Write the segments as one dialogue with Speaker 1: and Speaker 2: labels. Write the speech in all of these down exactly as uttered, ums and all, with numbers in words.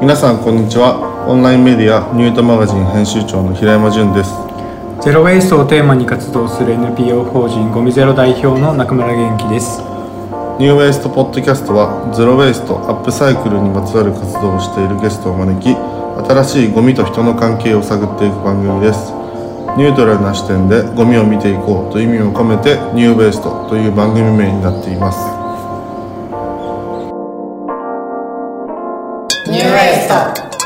Speaker 1: 皆さんこんにちは。オンラインメディアニュートマガジン編集長の平山潤です。
Speaker 2: ゼロウェイストをテーマに活動する エヌピーオー 法人ゴミゼロ代表の中村元気です。
Speaker 1: ニューウェイストポッドキャストはゼロウェイストアップサイクルにまつわる活動をしているゲストを招き、新しいゴミと人の関係を探っていく番組です。ニュートラルな視点でゴミを見ていこうという意味を込めてニューウェイストという番組名になっています。
Speaker 3: ニューウェイスト。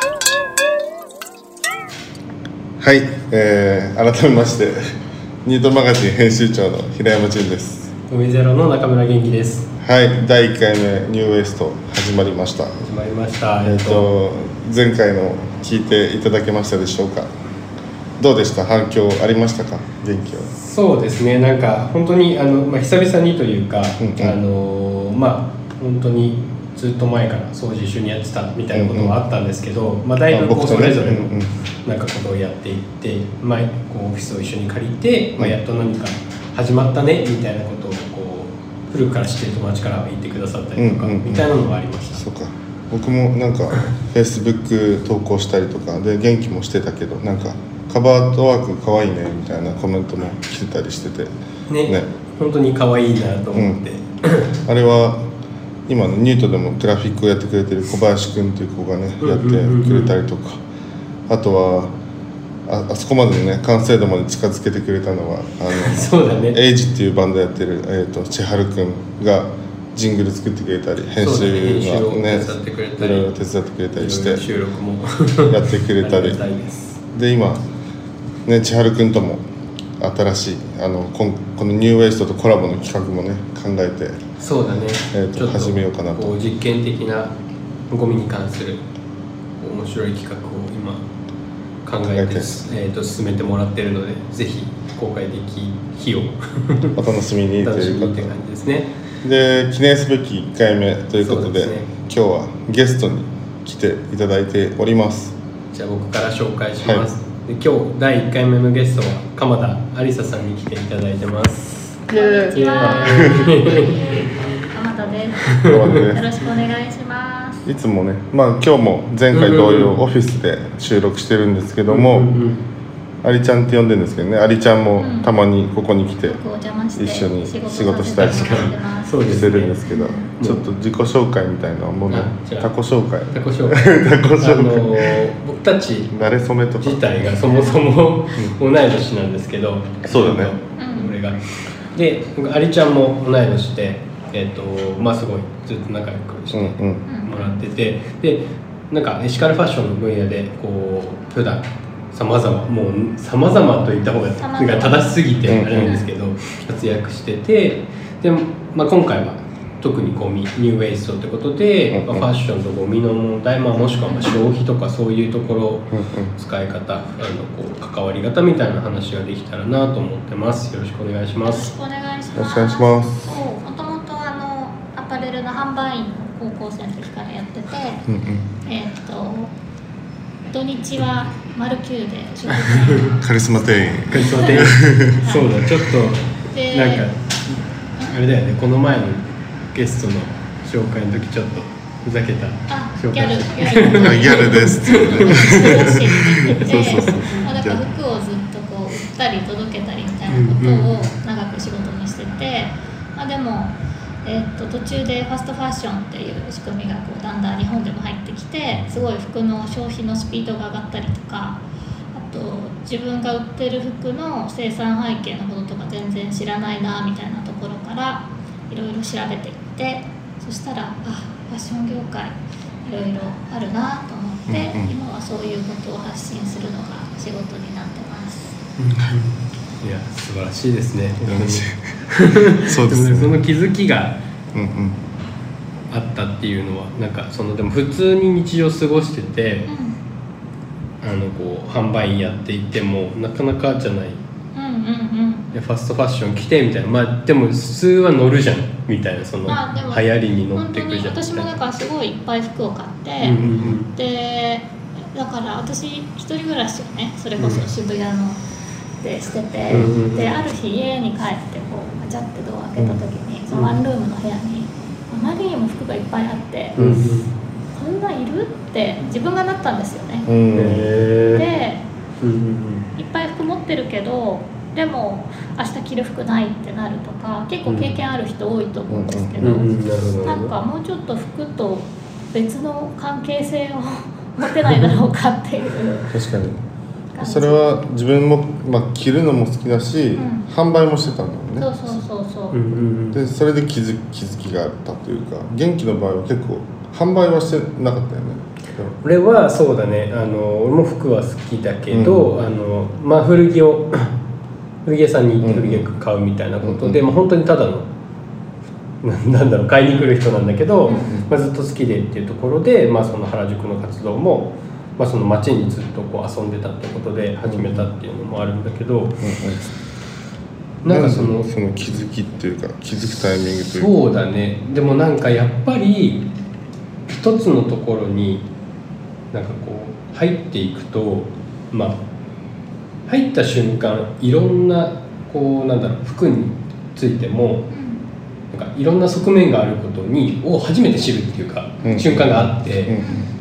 Speaker 1: はい、えー、改めましてニュートマガジン編集長の平山潤です。
Speaker 2: ゴミゼロの中村元気です。
Speaker 1: はい、だいいっかいめニューウェイスト始まりました。
Speaker 2: 始まりました。
Speaker 1: えっと前回の聞いていただけましたでしょうか。どうでした？反響ありましたか？元気は。
Speaker 2: そうですね、なんか本当にあの、まあ、久々にというか、
Speaker 1: うんうん、
Speaker 2: あのまあ本当にずっと前から掃除一緒にやってたみたいなことはあったんですけど、うんうん、まあ、だいぶこうそれぞれのなんかことをやっていって、まあ、こうオフィスを一緒に借りて、まあ、やっと何か始まったねみたいなことをこう古くから知ってる友達から言ってくださったりとか、うんうんうん、みたいなのがありました。
Speaker 1: そうか、僕もなんか Facebook 投稿したりとかで元気もしてたけど、なんかカバートワークかわいいねみたいなコメントも来てたりしてて
Speaker 2: ね, ね本当にかわいいなと思って、
Speaker 1: うん、あれは今のニュートでもグラフィックをやってくれてる小林くんっていう子がね、やってくれたりとか、あとは あ, あそこまでね完成度まで近づけてくれたのはあの
Speaker 2: そうだね、
Speaker 1: エイジっていうバンドやってる、えー、と千春くんがジングル作ってくれたり、編集がねいろいろ手伝ってくれたりして
Speaker 2: 収録も
Speaker 1: やってくれたりで、今ね千春くんとも新しいあの こ, このニューウェイストとコラボの企画もね考えて、
Speaker 2: そうだね、
Speaker 1: えー、と始めようかなと。
Speaker 2: こう実験的なゴミに関する面白い企画を今考えて、えー、と進めてもらっているので、ぜひ公開でき日を
Speaker 1: お楽しみにということ
Speaker 2: って感じですね。
Speaker 1: で、記念すべきいっかいめということ で, で、ね、今日はゲストに来ていただいております。
Speaker 2: じゃあ僕から紹介します、はい、で今日だいいっかいめのゲストは鎌田ありささんに来ていただいてます。
Speaker 4: こんにちは鎌田です。よろしくお願いします。
Speaker 1: いつもね、まあ今日も前回同様オフィスで収録してるんですけども、うんうんうん、ありちゃんって呼んでるんですけどね、ありちゃんもたまにここに来て一緒に仕事したりとかしてるんですけど、ちょっと自己紹介みたいなもの、タコ紹介
Speaker 2: タコ紹介タコ紹介、あのー、僕たち
Speaker 1: 慣れ初めとか
Speaker 2: 自体がそもそも同い年なんですけど、
Speaker 1: そうだね、
Speaker 2: 俺がで、ありちゃんも同い年で、えーとまあ、すごいずっと仲良くしてもらってて、うんうん、でなんかエシカルファッションの分野でこう普段さまざまもうさまざまと言った方が正しすぎてあれなんですけど、うんうん、活躍してて、で、まあ、今回は特にゴミニューウェイストってことで、うんうん、まあ、ファッションとゴミの問題、まあ、もしくはまあ消費とかそういうところ、うんうん、使い方、あのこう関わり方みたいな話ができたらなと思ってます。よろしくお願いします。
Speaker 4: よろしくお願いします。
Speaker 1: よろしくお願いします。
Speaker 4: そう、もともとあのアパレルの販売員の高校生の時からやってて、うんうん、えー、っと土日はマルキューで仕事
Speaker 1: カリスマ店員
Speaker 2: カリスマ店員そうだ、ちょっとなんかあれだよね、この前のゲストの紹介の時ちょっとふざけた紹介
Speaker 4: ギャル
Speaker 1: ギャルですって言って
Speaker 4: そうそうそう、まあ、だから服をずっとこう売ったり届けたりみたいなことを長く仕事にしてて、まあ、でもえー、と途中でファストファッションっていう仕組みがこうだんだん日本でも入ってきて、すごい服の消費のスピードが上がったりとか、あと自分が売ってる服の生産背景のこととか全然知らないなみたいなところからいろいろ調べていって、そしたらあファッション業界いろいろあるなと思って、うんうん、今はそういうことを発信するのが仕事になってます。
Speaker 2: いや素晴らしいですね。
Speaker 1: そうですね。
Speaker 2: その気づきがあったっていうのは、なんかそのでも普通に日常過ごしてて、うん、あのこう販売やっていてもなかなかじゃない、
Speaker 4: うんうんうん、
Speaker 2: ファストファッション着てみたいな、まあでも普通は乗るじゃんみたいな、その流行りに乗ってくじゃん。
Speaker 4: 私もだからすごいいっぱい服を買って、うんうんうん、でだから私一人暮らしをね、それこそ渋谷の、うん、でしてて、うんうん、である日家に帰ってこうガチャってドア開けた時に、うん、そのワンルームの部屋にあまりにも服がいっぱいあって、うんうん、こんないるって自分がなったんですよね。
Speaker 1: うん、
Speaker 4: で、
Speaker 2: うんうんうん、
Speaker 4: いっぱい服持ってるけどでも明日着る服ないってなるとか結構経験ある人多いと思うんですけど、なんかもうちょっと服と別の関係性を持てないだろうかっていう
Speaker 1: 確かにそれは自分も、まあ、着るのも好きだし、うん、販売もしてたんだもんね。
Speaker 4: そうそうそうそう、
Speaker 1: うんうん、でそれで気づ気づきがあったというか、元気の場合は結構販売はしてなかったよね。
Speaker 2: 俺はそうだね、あの俺も服は好きだけど、うん、あのまあ、古着を古着屋さんに行って古着を買うみたいなことで、うんうん、もう本当にただのなんだろう買いに来る人なんだけど、うんうん、まあ、ずっと好きでっていうところで、まあ、その原宿の活動も、まあ、その街にずっとこう遊んでたってことで始めたっていうのもあるんだけど、うんうん、
Speaker 1: なんかそのその気づきっていうか気づくタイミングというか、
Speaker 2: そうだね。でもなんかやっぱり一つのところになんかこう入っていくと、まあ入った瞬間いろんなこうなんだろう服についてもなんかいろんな側面があることにを初めて知るっていうか、うん、瞬間があって、うん、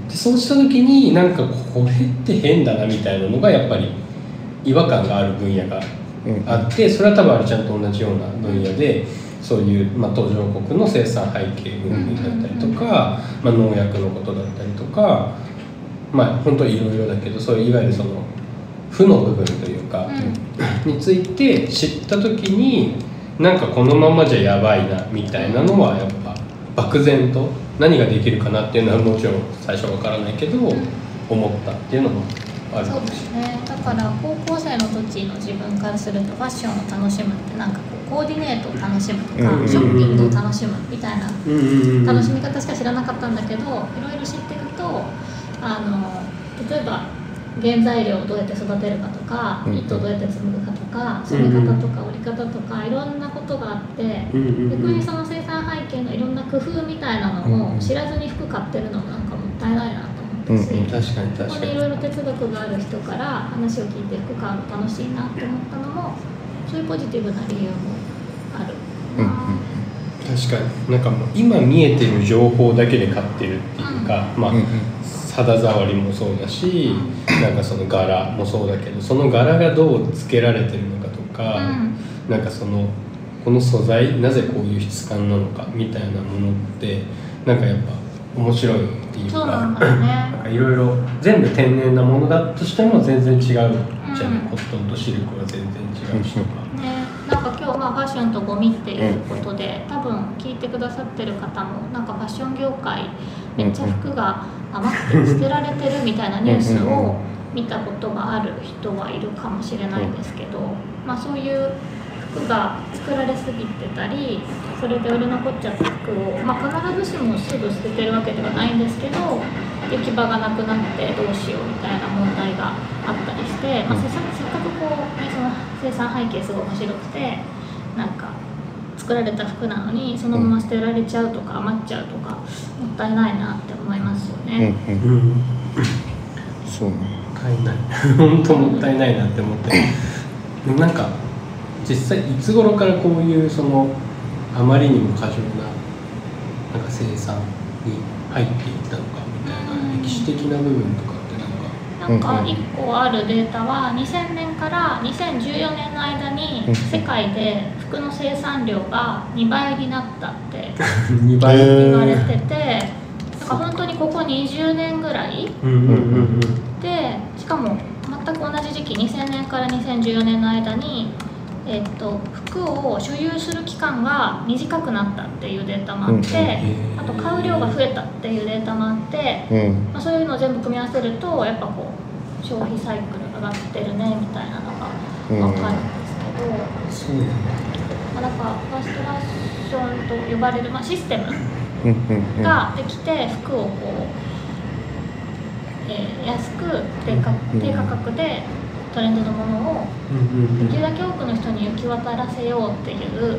Speaker 2: でそうした時になんかこれって変だなみたいなのがやっぱり違和感がある分野があって、それは多分あれちゃんと同じような分野でそういう、まあ、途上国の生産背景運動だったりとか、まあ、農薬のことだったりとか、まあ本当にいろいろだけどそういういわゆるその負の部分というか、うん、について知った時になんかこのままじゃやばいなみたいなのはやっぱ漠然と何ができるかなっていうのはもちろん最初は分からないけど思ったっていうのもあるかもしれない。
Speaker 4: そうですね。だから高校生の時の自分からするとファッションを楽しむってなんかこうコーディネートを楽しむとか、うん、ショッピングを楽しむみたいな楽しみ方しか知らなかったんだけど、いろいろ知っていくとあの例えば原材料をどうやって育てるかとか、糸をどうやって紡ぐかとか、染め方とか織り方とかいろんなことがあって、逆にその生産背景のいろんな工夫みたいなのを知らずに服買ってるのもなんかもったいないなと思ったし、
Speaker 2: 確かに確かに
Speaker 4: ここでいろいろ哲学がある人から話を聞いて服買うの楽しいなって思ったのもそういうポジティブな理由もあるな。
Speaker 2: 確かになんかもう今見えてる情報だけで買ってるっていうか、うん、まあ、うん肌触りもそうだし、なんかその柄もそうだけどその柄がどうつけられてるのかとか、うん、なんかそのこの素材なぜこういう質感なのかみたいなものってなんかやっぱ面白いっていうか、なんかいろいろ全部天然なものだとしても全然違うじゃない、うん、コットンとシルクは全然違うしとか、
Speaker 4: ね、なんか今日まあファッションとゴミっていうことで多分聞いてくださってる方もなんかファッション業界めっちゃ服が余って捨てられてるみたいなニュースを見たことがある人はいるかもしれないですけど、まあ、そういう服が作られすぎてたりそれで売れ残っちゃった服を、まあ、必ずしもすぐ捨ててるわけではないんですけど行き場がなくなってどうしようみたいな問題があったりして、まあ、せっかくこう、ね、その生産背景すごい面白くてなんか作られた服なのにそのまま捨てられちゃうとか余っちゃうとかもったいないなって思いますよね。うんうん、
Speaker 1: そうね。
Speaker 2: もったいない本当もったいないなって思ってでもなんか実際いつ頃からこういうそのあまりにも過剰ななんか生産に入っていったのかみたいな歴史的な部分とか
Speaker 4: なんかいっこあるデータはにせんねんからにせんじゅうよねんの間に世界で服の生産量がにばいになったって言われてて、なんか本当にここにじゅうねんぐらいで、しかも全く同じ時期にせんねんからにせんじゅうよねんの間にえっと、服を所有する期間が短くなったっていうデータもあって、あと買う量が増えたっていうデータもあって、まあ、そういうのを全部組み合わせるとやっぱこう消費サイクル上がってるねみたいなのが分かるんですけど、まあ、だからファストファッションと呼ばれる、まあ、システムができて服をこう、えー、安く低価、低価格でトレンドのものをできるだけ多くの人に行き渡らせようっていう、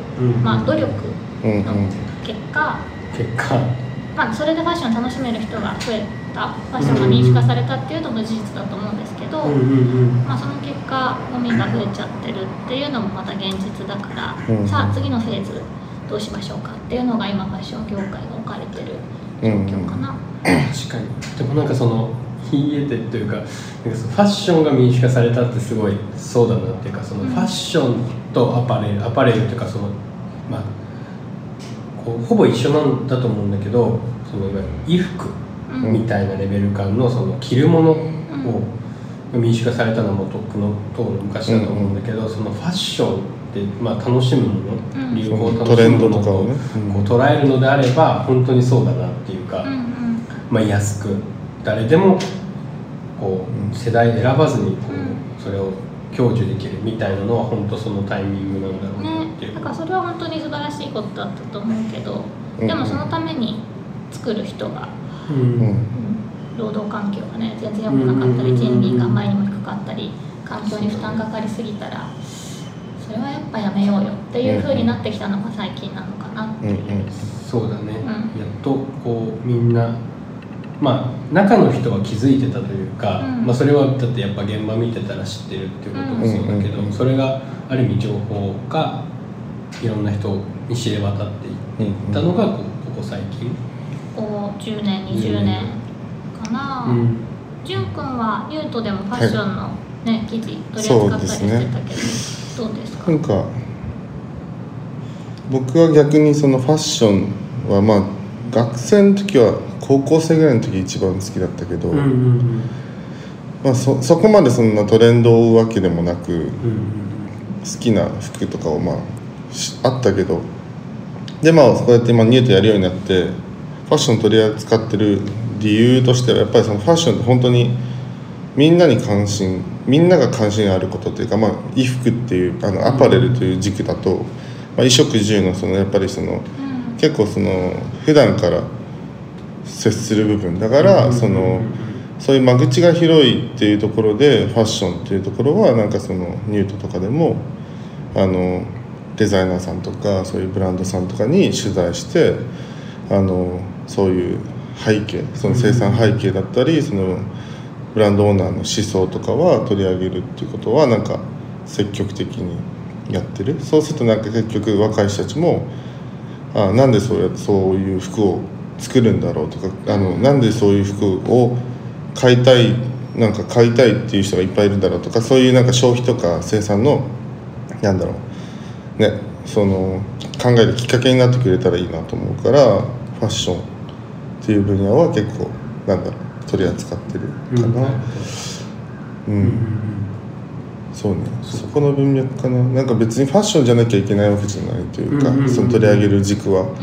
Speaker 4: まあ、努力の結果、
Speaker 2: 結果
Speaker 4: まあ、それでファッションを楽しめる人が増えた、ファッションが認識化されたっていうのも事実だと思うんですけど、まあ、その結果ゴミが増えちゃってるっていうのもまた現実だから、さあ次のフェーズどうしましょうかっていうのが今ファッション業界が置かれてる状況かな、うん
Speaker 2: うん、確かに。でもなんかその言えてというか、なんかそのファッションが民主化されたってすごいそうだなっていうか、そのファッションとアパレルアパレルっていうか、そのまあこうほぼ一緒なんだと思うんだけど、そのいわゆる衣服みたいなレベル感のその着るものを民主化されたのもとっくのと昔だと思うんだけど、そのファッションってまあ楽しむもの、流行を楽しむものをこう捉えるのであれば本当にそうだなっていうか、まあ安く誰でもこう世代選ばずにこうそれを享受できるみたいなのは本当そのタイミングなんだろうなっていう、
Speaker 4: ね、だからそれは本当に素晴らしいことだったと思うけど、でもそのために作る人が、うんうん、労働環境がね全然良くなかったり、賃金が前にも低かったり、環境に負担がかかりすぎたらそれはやっぱやめようよっていう風になってきたのが最近なのかなっていう、うんうん、
Speaker 2: そうだね、うん、やっとこうみんなまあ中の人は気づいてたというか、うんまあ、それはだってやっぱ現場見てたら知ってるっていうこともそうだけど、うん、それがある意味情報がいろんな人に知れ渡っていったのがここ最近、
Speaker 4: こうじゅうねんにじゅうねんかな、うん、じゅんくんはユートでもファッションの、ねはい、記事取り扱ったりしてたけど、ね、どうですか？
Speaker 1: なんか僕は逆にそのファッションはまあ学生の時は高校生ぐらいの時一番好きだったけど、うんうんうんまあ、そ, そこまでそんなトレンドを追うわけでもなく、うんうん、好きな服とかをまああったけど、でまあこうやって今ニュートやるようになってファッション取り扱ってる理由としてはやっぱりそのファッションって本当にみんなに関心みんなが関心があることというか、まあ、衣服っていうあのアパレルという軸だと、まあ、衣食住のそのやっぱりその、うん、結構その普段から接する部分だから、うん、そのそういう間口が広いっていうところでファッションっていうところはなんかそのニュートとかでもあのデザイナーさんとかそういうブランドさんとかに取材してあのそういう背景その生産背景だったりそのブランドオーナーの思想とかは取り上げるっていうことはなんか積極的にやってる。そうするとなんか結局若い人たちもあなんでそうやそういう服を作るんだろうとかあのなんでそういう服を買いたいなんか買いたいっていう人がいっぱいいるんだろうとかそういうなんか消費とか生産のなんだろうねその考えるきっかけになってくれたらいいなと思うからファッションっていう分野は結構なんだろう取り扱ってるかな、うん、うん、そうねそこの文脈かな。なんか別にファッションじゃなきゃいけないわけじゃないというか、うんうんうん、その取り上げる軸は、うん、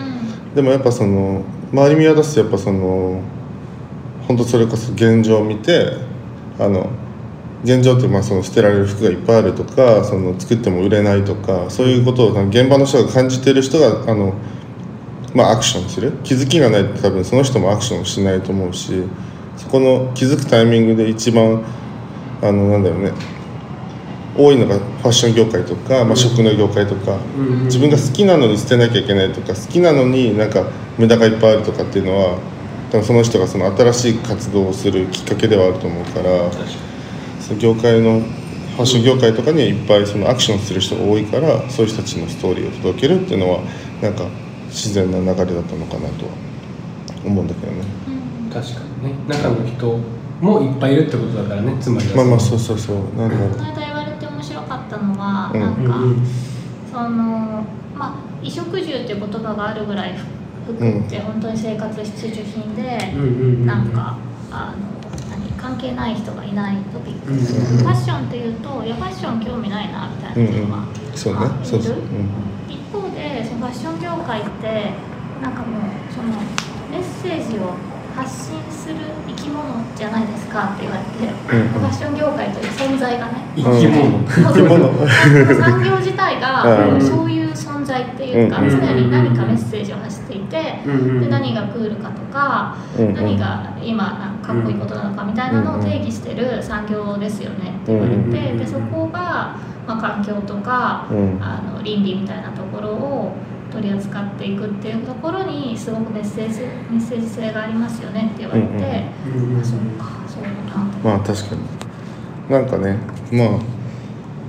Speaker 1: でもやっぱその周り見渡すとやっぱその本当それこそ現状を見てあの現状ってまあその捨てられる服がいっぱいあるとかその作っても売れないとかそういうことを現場の人が感じてる人があの、まあ、アクションする気づきがないと多分その人もアクションしないと思うしそこの気づくタイミングで一番あのなんだろうね多いのがファッション業界とか、まあ、食の業界とか、うん、自分が好きなのに捨てなきゃいけないとか好きなのになんか無駄がいっぱいあるとかっていうのは多分その人がその新しい活動をするきっかけではあると思うからその業界のファッション業界とかにはいっぱいそのアクションする人が多いからそういう人たちのストーリーを届けるっていうのはなんか自然な流れだったのかなとは思うんだけどね、
Speaker 2: うん、確かにね中の人もいっぱいいるってことだからねつまりは
Speaker 1: まあまあそうそうそうなんだろう
Speaker 4: この間言われて面白かったのは、うん、なんか、うん、そのまあ衣食住っていう言葉があるぐらい服って本当に生活必需品で、うん、なんかあの何関係ない人がいないトピック、うん、ファッションっていうといやファッション興味ないなみたいな人が、うんうん、そうね、いる、うん、一方でそのファッション業界ってなんかもうそのメッセージを発信する生き物じゃないですかって言われて、うん、ファッション業界という存在がね
Speaker 2: 生き物
Speaker 4: 生き物産業自体が、うん、そういう存在っていうか、うん、常に何かメッセージを発していて、うん、で何がクールかとか、うん、何が今かっこいいことなのかみたいなのを定義してる産業ですよねって言われて、でそこが、まあ、環境とか、うん、あの倫理みたいなところを取り扱っていくっていうところにすごくメッセージメッセージ性がありますよねって言われて、うんうん、あそうかそうだなと。
Speaker 1: まあ確かになんかねまあ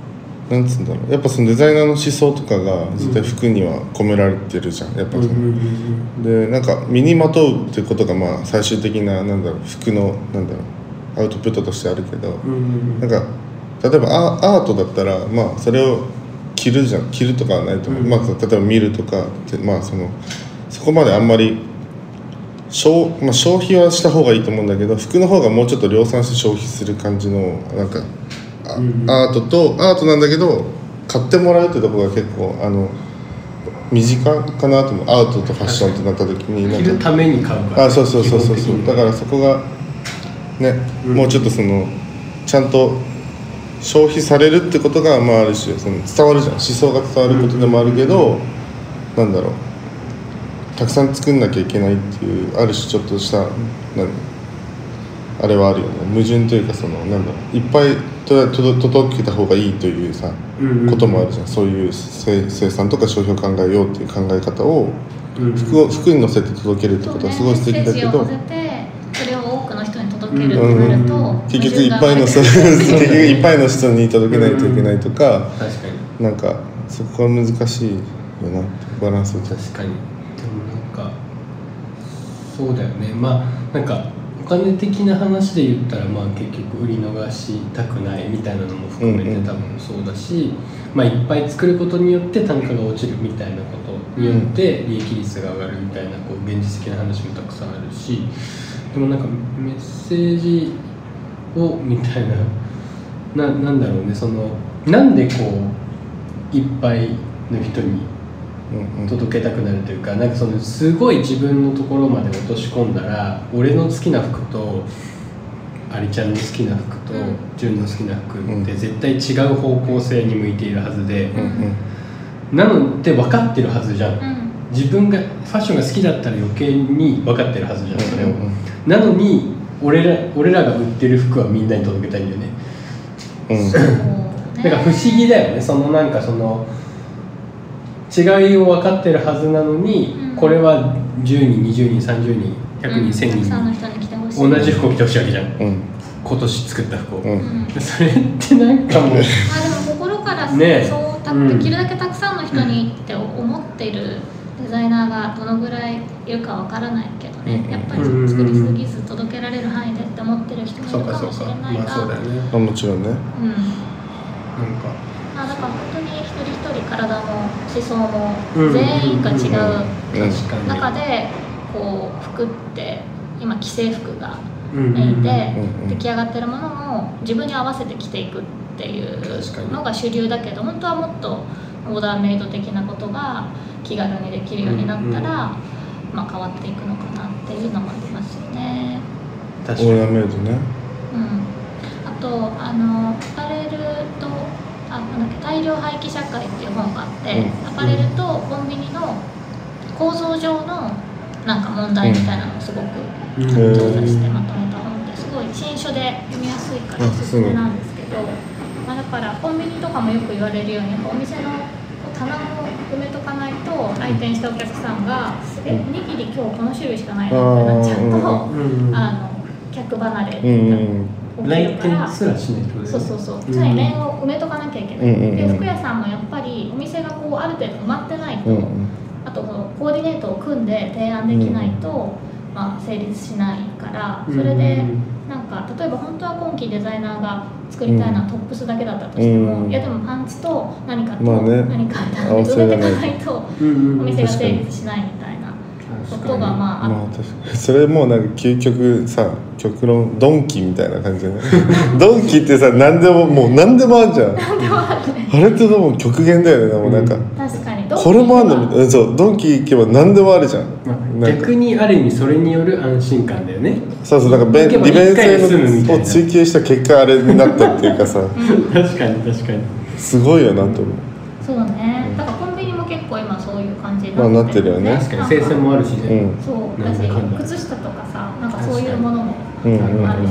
Speaker 1: なんつうんだろう、やっぱそのデザイナーの思想とかが絶対服には込められてるじゃん、やっぱその、うんうんうん、でなんか身にまとうっていうことがまあ最終的ななんだろう服のなんだろうアウトプットとしてあるけど、うんうん、なんか例えばアートだったらまあそれを着るじゃん着るとかはないと思う、うん、まあ、例えば見るとかってまあそのそこまであんまり消、まあ、消費はした方がいいと思うんだけど服の方がもうちょっと量産して消費する感じのなんかうんうん、アートとアートなんだけど買ってもらうってところが結構あの身近かなと思う。アートとファッションってなった時に
Speaker 2: 着るために買うから、
Speaker 1: あそうそうそうそうそうだからそこがね、うん、もうちょっとそのちゃんと消費されるってことがまあある種その伝わるじゃん思想が伝わることでもあるけど、うん、なんだろうたくさん作んなきゃいけないっていうある種ちょっとした何あれはあるよね矛盾というかそのなんだろういっぱい届けた方がいいというさ、うんうん、こともあるじゃんそういう生産とか消費を考えようっていう考え方を、うんうん、服を服に乗せて届けるってことはすごい素敵だけど、
Speaker 4: ね、それを多くの人に届けるってなると、うん、
Speaker 1: 結局いっぱいの人結局いっぱいの人に届けないといけないとか、
Speaker 2: うん、確かに
Speaker 1: なんかそこは難しいよなバランスを
Speaker 2: 確かにでもなんかそうだよねまあなんかお金的な話で言ったら、まあ、結局売り逃したくないみたいなのも含めて多分そうだし、うんうんまあ、いっぱい作ることによって単価が落ちるみたいなことによって利益率が上がるみたいなこう現実的な話もたくさんあるしでもなんかメッセージをみたいな な, なんだろうねそのなんでこういっぱいの人に届けたくなるというか、なんかそのすごい自分のところまで落とし込んだら俺の好きな服とアリちゃんの好きな服と純の好きな服って絶対違う方向性に向いているはずで、うんうん、なので分かってるはずじゃん、うん、自分がファッションが好きだったら余計に分かってるはずじゃんそれを、うんうん、なのに俺ら、俺らが売ってる服はみんなに届けたいんだよね、うん、だから不思議だよねそのなんかその違いを分かってるはずなのに、うん、これはじゅうにんにじゅうにんさんじゅうにんひゃくにん、うん、せんにん同じ服を着てほしいわけじゃん、うん、今年作った服を、うん、それってなんかもうあで
Speaker 4: も心からねそうたできるだけたくさんの人にって思っているデザイナーがどのぐらいいるかわからないけどね、うん、やっぱり作りすぎず届けられる範囲でって思ってる人もいるかもしれないが、まあそうだよね、
Speaker 1: もちろんね、うん、なん
Speaker 4: かあだから本当に一人一人体も思想も全員が違う中でこう服って今既製服がメインで出来上がってるものも自分に合わせて着ていくっていうのが主流だけど本当はもっとオーダーメイド的なことが気軽にできるようになったら、まあ、変わっていくのかなっていうのもありますよね。
Speaker 1: オーダーメイドね、
Speaker 4: うん、あとあのアパレルとあなんだっけ大量廃棄社会っていう本があって、うん、アパレルとコンビニの構造上のなんか問題みたいなのをすごく調査してまとめた本ですごい新書で読みやすいからおすすめなんですけど、まあ、だからコンビニとかもよく言われるようにお店の棚を埋めとかないと来店したお客さんが「えおにぎり今日この種類しかないの?」ってなっちゃうとあの客離れが起きるから
Speaker 2: 来店すらしないってことですね。
Speaker 4: そうそうそう常にレーンを埋めとかなきゃいけない。で服屋さんもやっぱりお店がこうある程度埋まってないとあとコーディネートを組んで提案できないと、まあ、成立しないからそれでなんか例えば本当は今期デザイナーが作りたいのはトップスだけだったとしても、うん、いやでもパンツと何かと何かみたいな埋めていかないとお店が成立しないみたいなことがまあある、まあ、確かに
Speaker 1: それもなんか究極さ極論ドンキみたいな感じでねドンキってさ何でももう何でもあるじゃん
Speaker 4: 何でもあるね
Speaker 1: あれってもう極限だよねもうなんか、うん、
Speaker 4: 確かに
Speaker 1: これもあるのそうドンキ行けば何でもあるじゃん、
Speaker 2: まあ、逆にある意味それによる安心感だよね
Speaker 1: そうそうなんか利便性のを追求した結果あれになったっていうかさ
Speaker 2: 確かに確かに
Speaker 1: すごいよなと思う
Speaker 4: そうねだからコンビニも結構今そういう感じに
Speaker 1: なってる、まあ、なってるよね
Speaker 2: 確かに生鮮もあるしね、
Speaker 4: うん、そうだし靴下とかさなんかそういうものもあるし、うんうん、まあ、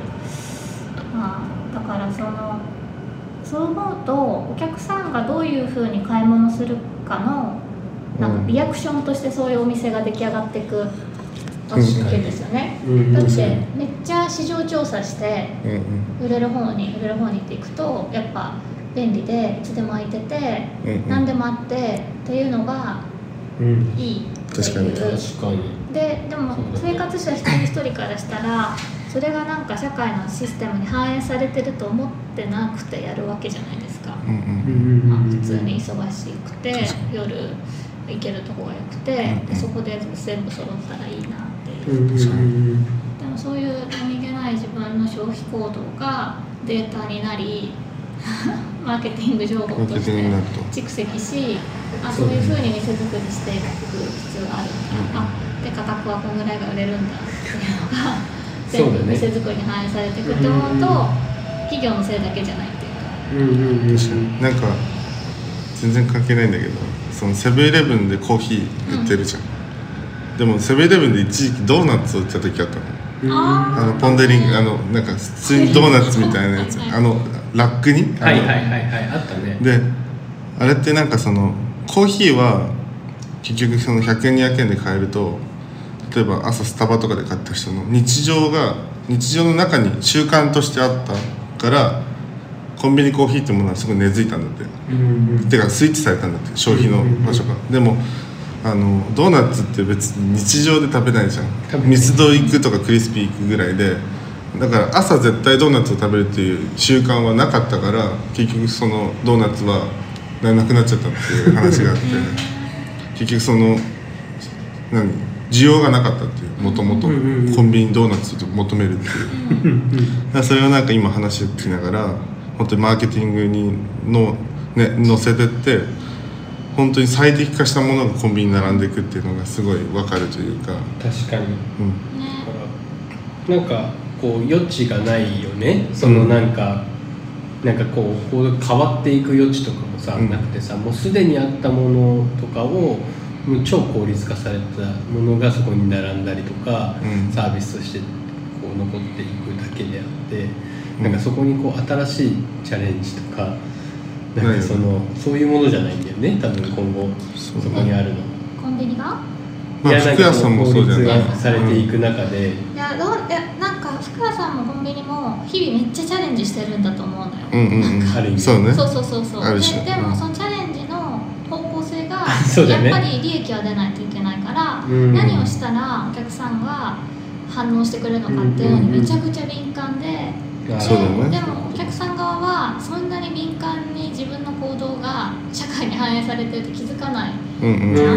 Speaker 4: だからそのそう思うとお客さんがどういうふうに買い物するかのなんかリアクションとしてそういうお店が出来上がっていくわけですよね、うん、だってめっちゃ市場調査して売れる方に売れる方にっていくとやっぱ便利でいつでも空いてて、うんうん、何でもあってっていうのがいいっていう、
Speaker 1: 確かに
Speaker 2: 確かに。
Speaker 4: ででも生活者一人一人からしたらそれがなんか社会のシステムに反映されてると思ってなくてやるわけじゃないですか、うんうんまあ、普通に忙しくて夜行けるとこがよくて、うんうん、でそこで全部揃ったらいいなっていう、うんうん、でもそういう何気ない自分の消費行動がデータになりマーケティング情報として蓄積し、あそういうふうに店作りしていく必要があるんだ、うん、あで価格はこんぐらいが売れるんだっていうのが全部店作りに反映されていくって思うと、企業のせいだけじゃないっていうか、
Speaker 1: うんうんうん、確かになんか全然関係ないんだけど、そのセブンイレブンでコーヒー売ってるじゃん、うん、でもセブンイレブンで一時期ドーナツを売った時あったの、うん、あのポンデリング、あのなんか普通にドーナツみたいなやつあのラックに
Speaker 2: はいはいはいはいあったね。
Speaker 1: であれってなんかそのコーヒーは結局そのひゃくえんにひゃくえんで買えると、例えば朝スタバとかで買った人の日常が日常の中に習慣としてあったからコンビニコーヒーってものはすごい根付いたんだって、うんうん、てかスイッチされたんだって、消費の場所が、うんうんうん、でもあのドーナツって別に日常で食べないじゃん、ミスド行くとかクリスピー行くぐらいで、だから朝絶対ドーナツを食べるっていう習慣はなかったから、結局そのドーナツはなくなっちゃったっていう話があって結局その何需要がなかったっていう、もともとコンビニドーナツを求めるっていうだからそれをなんか今話を聞きながら本当にマーケティングにの、ね、乗せてって本当に最適化したものがコンビニに並んでいくっていうのがすごい分かるというか。
Speaker 2: 確かに、うん、なんかこう余地がないよね、そのなんか、うん、なんかこう、こう変わっていく余地とかもさ、うん、なくてさ、もうすでにあったものとかをもう超効率化されたものがそこに並んだりとか、うん、サービスとしてこう残っていくだけであって、うん、なんかそこにこう新しいチャレンジとか、なんかその、そういうものじゃないんだよね、多分今後そこにあるの。
Speaker 4: コンビニが？
Speaker 1: まあ、服屋さんもそうじゃない。
Speaker 2: 効率がされていく中で、
Speaker 4: うん、いやどういやなんか服屋さんもコンビニも日々めっちゃチャレンジしてるんだと思うのよ。
Speaker 1: うんうんうん、
Speaker 4: ある意味
Speaker 1: そうね。
Speaker 4: そうそうそうそう。で, でも、うん、そのチャレンジの方向性がやっぱり利益は出ないといけないから、ね、何をしたらお客さんが反応してくれるのかっていうのにめちゃくちゃ敏感で、で, でもお客さん側はそんなに敏感に自分の行動が社会に反映されてるって気づかないじゃん、うんうん、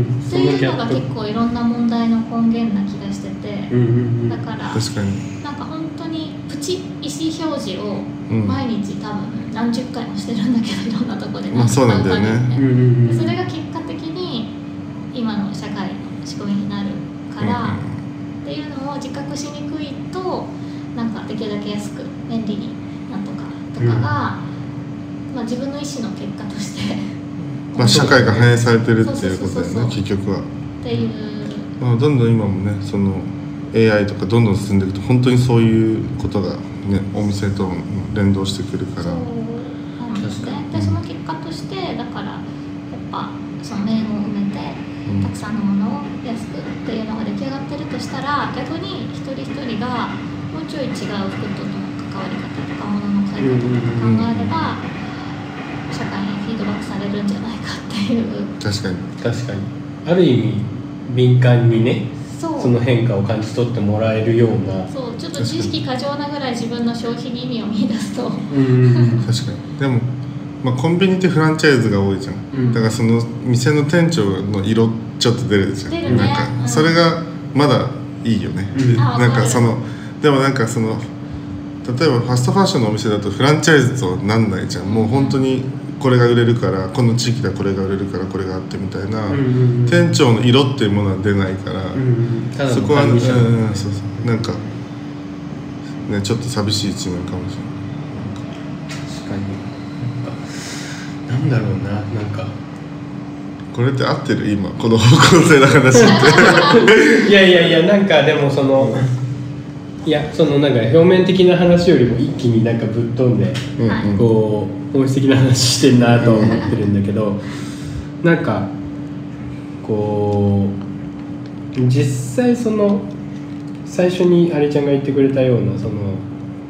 Speaker 4: っていうのが結構いろんな問題の根源な気がしてて、うんうん、だから
Speaker 1: 確かに
Speaker 4: なんか本当にプチ意思表示を毎日多分何十回もしてるんだけど、いろんなところで何
Speaker 1: か買うために
Speaker 4: ね、それが結果的に今の社会の仕組みになるから、うんうん、っていうのを自覚しにくいとなんかできるだけ安く便利になんとかとかが、うんまあ、自分の意思の結果として
Speaker 1: まあ社会が反映されてるっていうことだよね、結局は。
Speaker 4: っていう、
Speaker 1: まあ、どんどん今もねその エーアイ とかどんどん進んでいくと本当にそういうことが、ね、お店と連動してくるから。そう
Speaker 4: なんですね。でその結果としてだからやっぱその面を埋めて、うん、たくさんのものを安くっていうのが出来上がってるとしたら、逆に一人一人がもうちょい違う人との関わり方とか物の買い方とか考えれば、社会にフィードバックされるんじゃないかっていう。
Speaker 1: 確かに
Speaker 2: 確かにある意味敏感にね、そ, その変化を感じ取ってもらえるような、
Speaker 4: そうちょっと知識過剰なぐらい自分の消費に意味を見出すと
Speaker 1: うん確かに。でも、まあ、コンビニってフランチャイズが多いじゃん、うん、だからその店の店長の色ちょっと出るじゃん。
Speaker 4: 出るね。
Speaker 1: なんかそれがまだいいよね、うん、なんかそのでもなんかその例えばファストファッションのお店だとフランチャイズとなんないじゃん。もう本当にこれが売れるからこの地域ではこれが売れるからこれがあってみたいな、うんうんうん、店長の色っていうものは出ないから、うんうん、そこは、うん、そうそうなんかねちょっと寂しい一面かもしれない。
Speaker 2: 確かになんだろうな、なんか
Speaker 1: これって合ってる今この方向性の話って
Speaker 2: いやいやいやなんかでもそのいやそのなんか表面的な話よりも一気になんかぶっ飛んで、うんうん、こう本質的な話してんなと思ってるんだけど、なんかこう実際その最初にアリちゃんが言ってくれたようなその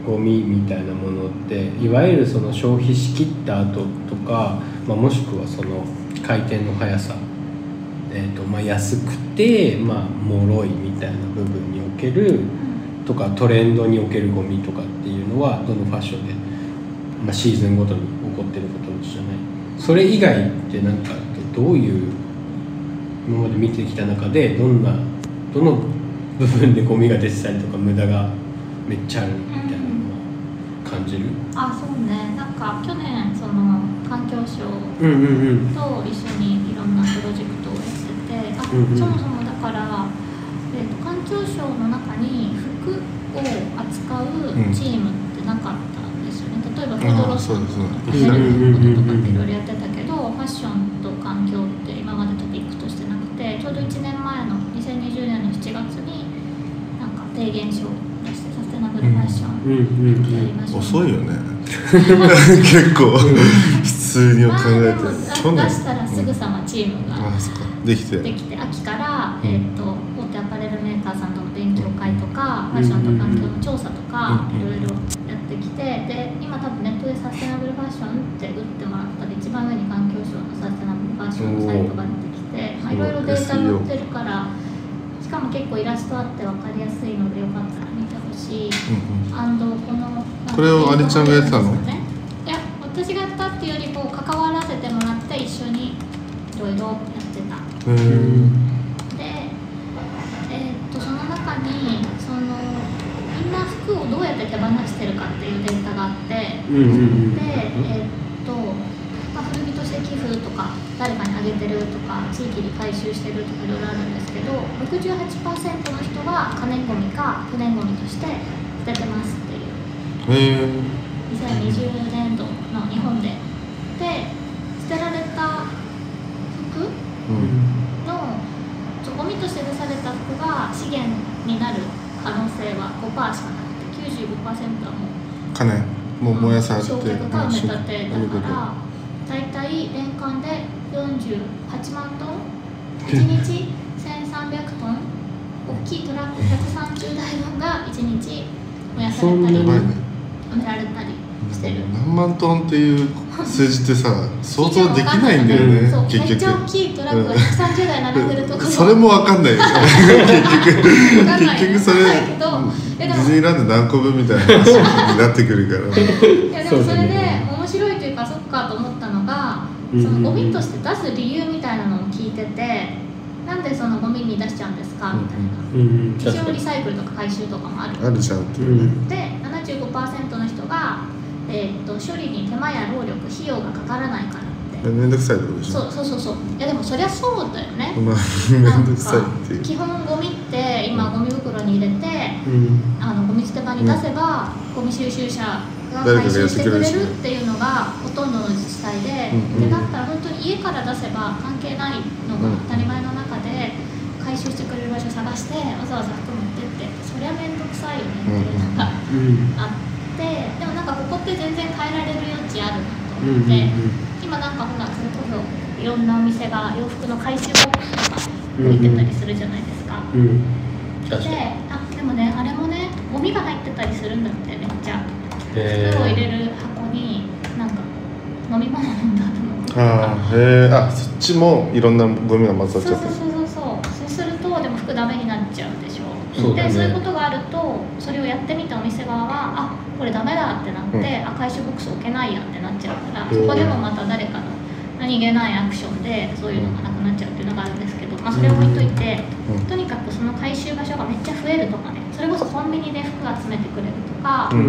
Speaker 2: ゴミみたいなものっていわゆるその消費しきった後とか、まあ、もしくはその回転の速さ、えーとまあ、安くて、まあ、脆いみたいな部分におけるとかトレンドにおけるゴミとかっていうのはどのファッションで、まあ、シーズンごとに起こってることじゃない。それ以外ってなんかどういう今まで見てきた中でどんなどの部分でゴミが出てたりとか無駄がめっちゃあるみたいなのは感じる？
Speaker 4: あ、そうね。なんか去年その環境省と一緒にいろんなプロジェクトをやってて、あ、うんうん、そもそもだから、えーと、環境省の中に服を扱うチームってなかったんですよね。例えばフードロスとかヘルメットとかっていろいろやってたけど、ファッションと環境って今までトピックとしてなくて、ちょうどいちねんまえのにせんにじゅうねんのしちがつになんか提言書を出してサステナブルファッションやりましょう。
Speaker 1: 遅いよね結構普通に考えて、
Speaker 4: まあ、出したらすぐさまチームが
Speaker 1: できて、
Speaker 4: できて秋から、えー、と大手アパレルメーカーさんとの勉強会とか、ファッションと環境の調査とかいろいろやってきて、で今多分ネットでサステナブルファッションって打ってもらったら一番上に環境省のサステナブルファッションのサイトが出てきて、まあ、いろいろデータ載ってるから、しかも結構イラストあって分かりやすいのでよかったら見てほしい。うんうん、アンドこの
Speaker 1: これをアリちゃんがやってたの？
Speaker 4: いや、私がやったっていうよりも関わらせてもらって一緒にいろいろやってた。
Speaker 1: へー。
Speaker 4: で、えー、っとその中にそのみんな服をどうやって手放してるかっていうデータがあって、うんうんうん、で、えー、っと、まあ、古着として寄付とか誰かにあげてるとか地域に回収してるとかいろいろあるんですけど、ろくじゅうはちパーセントの人は可燃ごみか不燃ごみとして捨ててますっていう。
Speaker 1: へー。
Speaker 4: にせんにじゅうねんどの日本でで捨てられた服の、うん、ゴミとして出された服が資源になる可能性は ごパーセント しかなくて きゅうじゅうごパーセント はもう
Speaker 1: 可燃もう燃やされて
Speaker 4: 焼却か埋め立てだからだいたい年間でよんじゅうはちまんトンいちにちせんさんびゃくトン大きいトラックひゃくさんじゅうだいぶんがいちにち燃やされたり埋められたりしてる。
Speaker 1: 何万トンっていう数字ってさ想像できないんだよね。
Speaker 4: そう結局めっちゃ大きいトラックがひゃくさんじゅうだい並んでるところ、うん、
Speaker 1: それも分かんないよね結局結局それ
Speaker 4: デ
Speaker 1: ィズニーランド何個分みたいな話になってくるから
Speaker 4: いやでもそれで面白いというかそっかと思ったのが、そのゴミとして出す理由みたいなのを聞いてて、なんでそのゴミに出しちゃうんですかみたいな、うんうん、一応リサイクルとか回収とかもある
Speaker 1: あるじゃんっていうね、うん、
Speaker 4: で ななじゅうごパーセント の人が、えー、と処理に手間や労力費用がかからないからって
Speaker 1: めんどくさいってことでしょ。
Speaker 4: そうそうそうそう。いやでもそりゃそうだよね、
Speaker 1: まあ、めんどくさいっていう
Speaker 4: 基本ゴミって今ゴミ袋に入れて、うん、あのゴミ捨て場に出せば、うん、ゴミ収集車が回収してくれるっていうのがほとんどの自治体で、うんうん、でだったら本当に家から出せば関係ないのが当たり前の中で回収してくれる場所探してわざわざ服持ってってそりゃめんどくさいよねっていうのがあって、でもなんかここって全然変えられる余地あるなと思って、うんうんうん、今なんかほらそれこそいろんなお店が洋服の回収ボックスとか置いてたりするじゃないですか、うんうん、で, あでもねあれもねゴミが入ってたりするんだってめっちゃ服を入れる箱になんか飲み物飲んだ後のゴミとか
Speaker 1: あへあそっちもいろんなゴミが混ざっちゃって
Speaker 4: そうそうそうそうそうするとでも服ダメになっちゃうでしょ。
Speaker 2: そうだね、
Speaker 4: でそういうことがあるとそれをやってみたお店側はあこれダメだってなって、うん、あ回収ボックス置けないやってなっちゃうから、そこでもまた誰かの何気ないアクションでそういうのがなくなっちゃうっていうのがあるんですけど、まあ、それを置いといて、うん、とにかくその回収場所がめっちゃ増えるとかね、それこそコンビニで服集めてくれるとか、うん、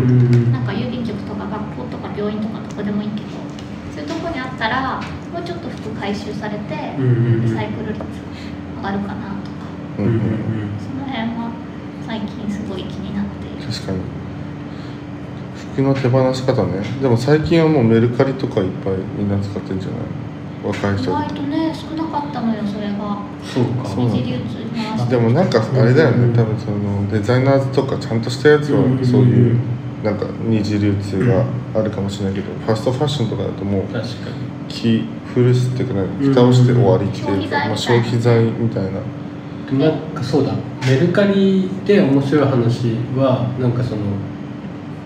Speaker 4: なんか郵便局とか学校とか病院とかどこでもいいけどそういうとこにあったらもうちょっと服回収されてリサイクル率上がるかなとか、うんうんうん、その辺は最近すごい気になっている。
Speaker 1: 確かに服の手放し方ね。でも最近はもうメルカリとかいっぱいみんな使ってるんじゃない？若い人
Speaker 4: 意外とね少なかったのよそれが。
Speaker 2: そうか。
Speaker 4: 二次流通に回して
Speaker 1: でもなんかあれだよね、うん、多分そのデザイナーズとかちゃんとしたやつはそういうなんか二次流通があるかもしれないけど、うん、ファストファッションとかだともう
Speaker 2: 確かに
Speaker 1: キフルスっていうかね蓋をして終わりっていうか、うんまあ、消費財みたいな。
Speaker 2: なんかそうだメルカリで面白い話はなんかその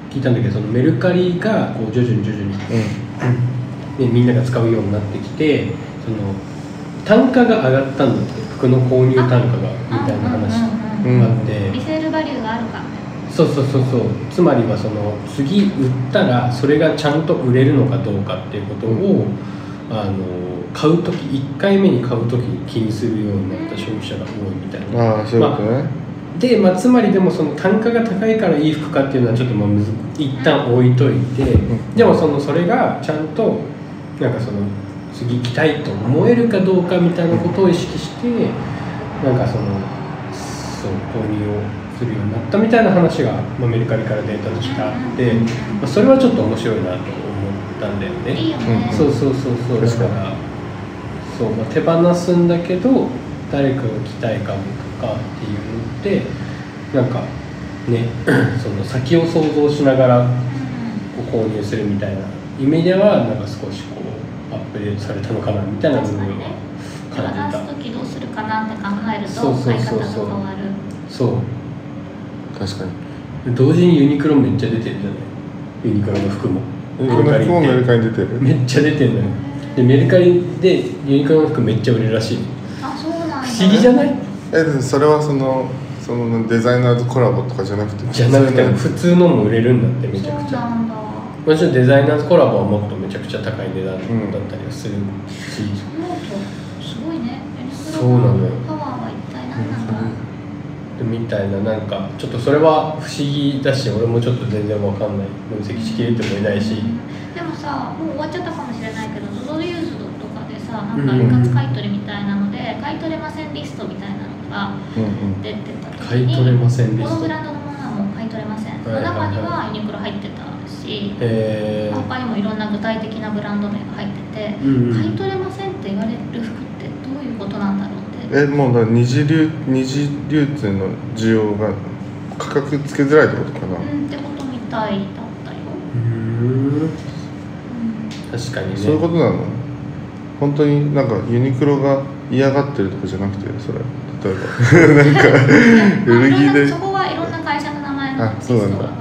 Speaker 2: 聞いたんだけど、そのメルカリがこう徐々に徐々に、うん、みんなが使うようになってきて、その単価が上がったんだって、服の購入単価がみたいな話があって、
Speaker 4: リセールバリューがあるからね。
Speaker 2: そうそうそうそう、つまりはその次売ったらそれがちゃんと売れるのかどうかっていうことを、うん、あの買う時いっかいめに買う時に気にするようになった消費者が多いみたいな。
Speaker 1: ああ、そういうことね。まあ
Speaker 2: で、まあ、つまりでもその単価が高いからいい服かっていうのはちょっとまあむず一旦置いといて、うん、でもそのそれがちゃんとなんかその次行きたいと思えるかどうかみたいなことを意識してなんかそのそう購入をするようになったみたいな話が、まあ、メルカリからデータとしてあって、まあ、それはちょっと面白いなと思ったんだよね。
Speaker 4: いいよね。
Speaker 2: そうそうそうそう、だからそう、まあ、手放すんだけど誰かが着たいかもとかっていうのってなんかねその先を想像しながらこう購入するみたいな意味ではなんか少しこうアップデートされたのかなみたいな部分は感じた。
Speaker 4: 手放す時どうするかなって考えると買い方が変わる。
Speaker 2: そう
Speaker 1: 確かに。
Speaker 2: 同時にユニクロめっちゃ出てるじゃない。ユニクロの服も
Speaker 1: ユニクロの服もメルカリに出てる。
Speaker 2: めっちゃ出てるのよ。でメルカリでユニクロの服めっちゃ売れるらしい。
Speaker 4: あ、そうなんだ。
Speaker 2: 不思議じゃない？
Speaker 1: え、それはそのそのデザイナーズコラボとかじゃなくて
Speaker 2: じゃなくて普通のも売れるんだってめちゃくちゃ。
Speaker 4: そうなんだ。
Speaker 2: もちろんデザイナーズコラボはもっとめちゃくちゃ高い値段だったりはするし、うん、
Speaker 4: そう思うとすごいね。
Speaker 2: そうなのよ。
Speaker 4: パワーは一体何なんだ、
Speaker 2: うん、みたいな、なんかちょっとそれは不思議だし俺もちょっと全然わかんない、分析しきれてもいないし、うん、
Speaker 4: でもさもう終わっちゃったかもしれないけど ゾゾ ユーズドとかでさなんか一括買い取りみたいなので、うん、買い取れませんリストみたいなのが出てた時に、
Speaker 2: 買い取れませんリスト、
Speaker 4: このブランドのものはもう買い取れません、はいはいはい、中にはユニクロ入ってたし、
Speaker 2: えー、
Speaker 4: 他にもいろんな具体的なブランド名が入ってて、うんうん、買い取れませんって言われる服ってどういうことなんだろうって。
Speaker 1: え、もうだ二次流二次流通の需要が価格つけづらいってことかな。
Speaker 4: うんってことみたいだったよ。
Speaker 2: うーん、うん、確かにね。
Speaker 1: そういうことなの。本当になんかユニクロが嫌がってるとかじゃなくて、それ例えばなんか古着で、
Speaker 4: そこはいろんな会社の名前のリストが上がってたから。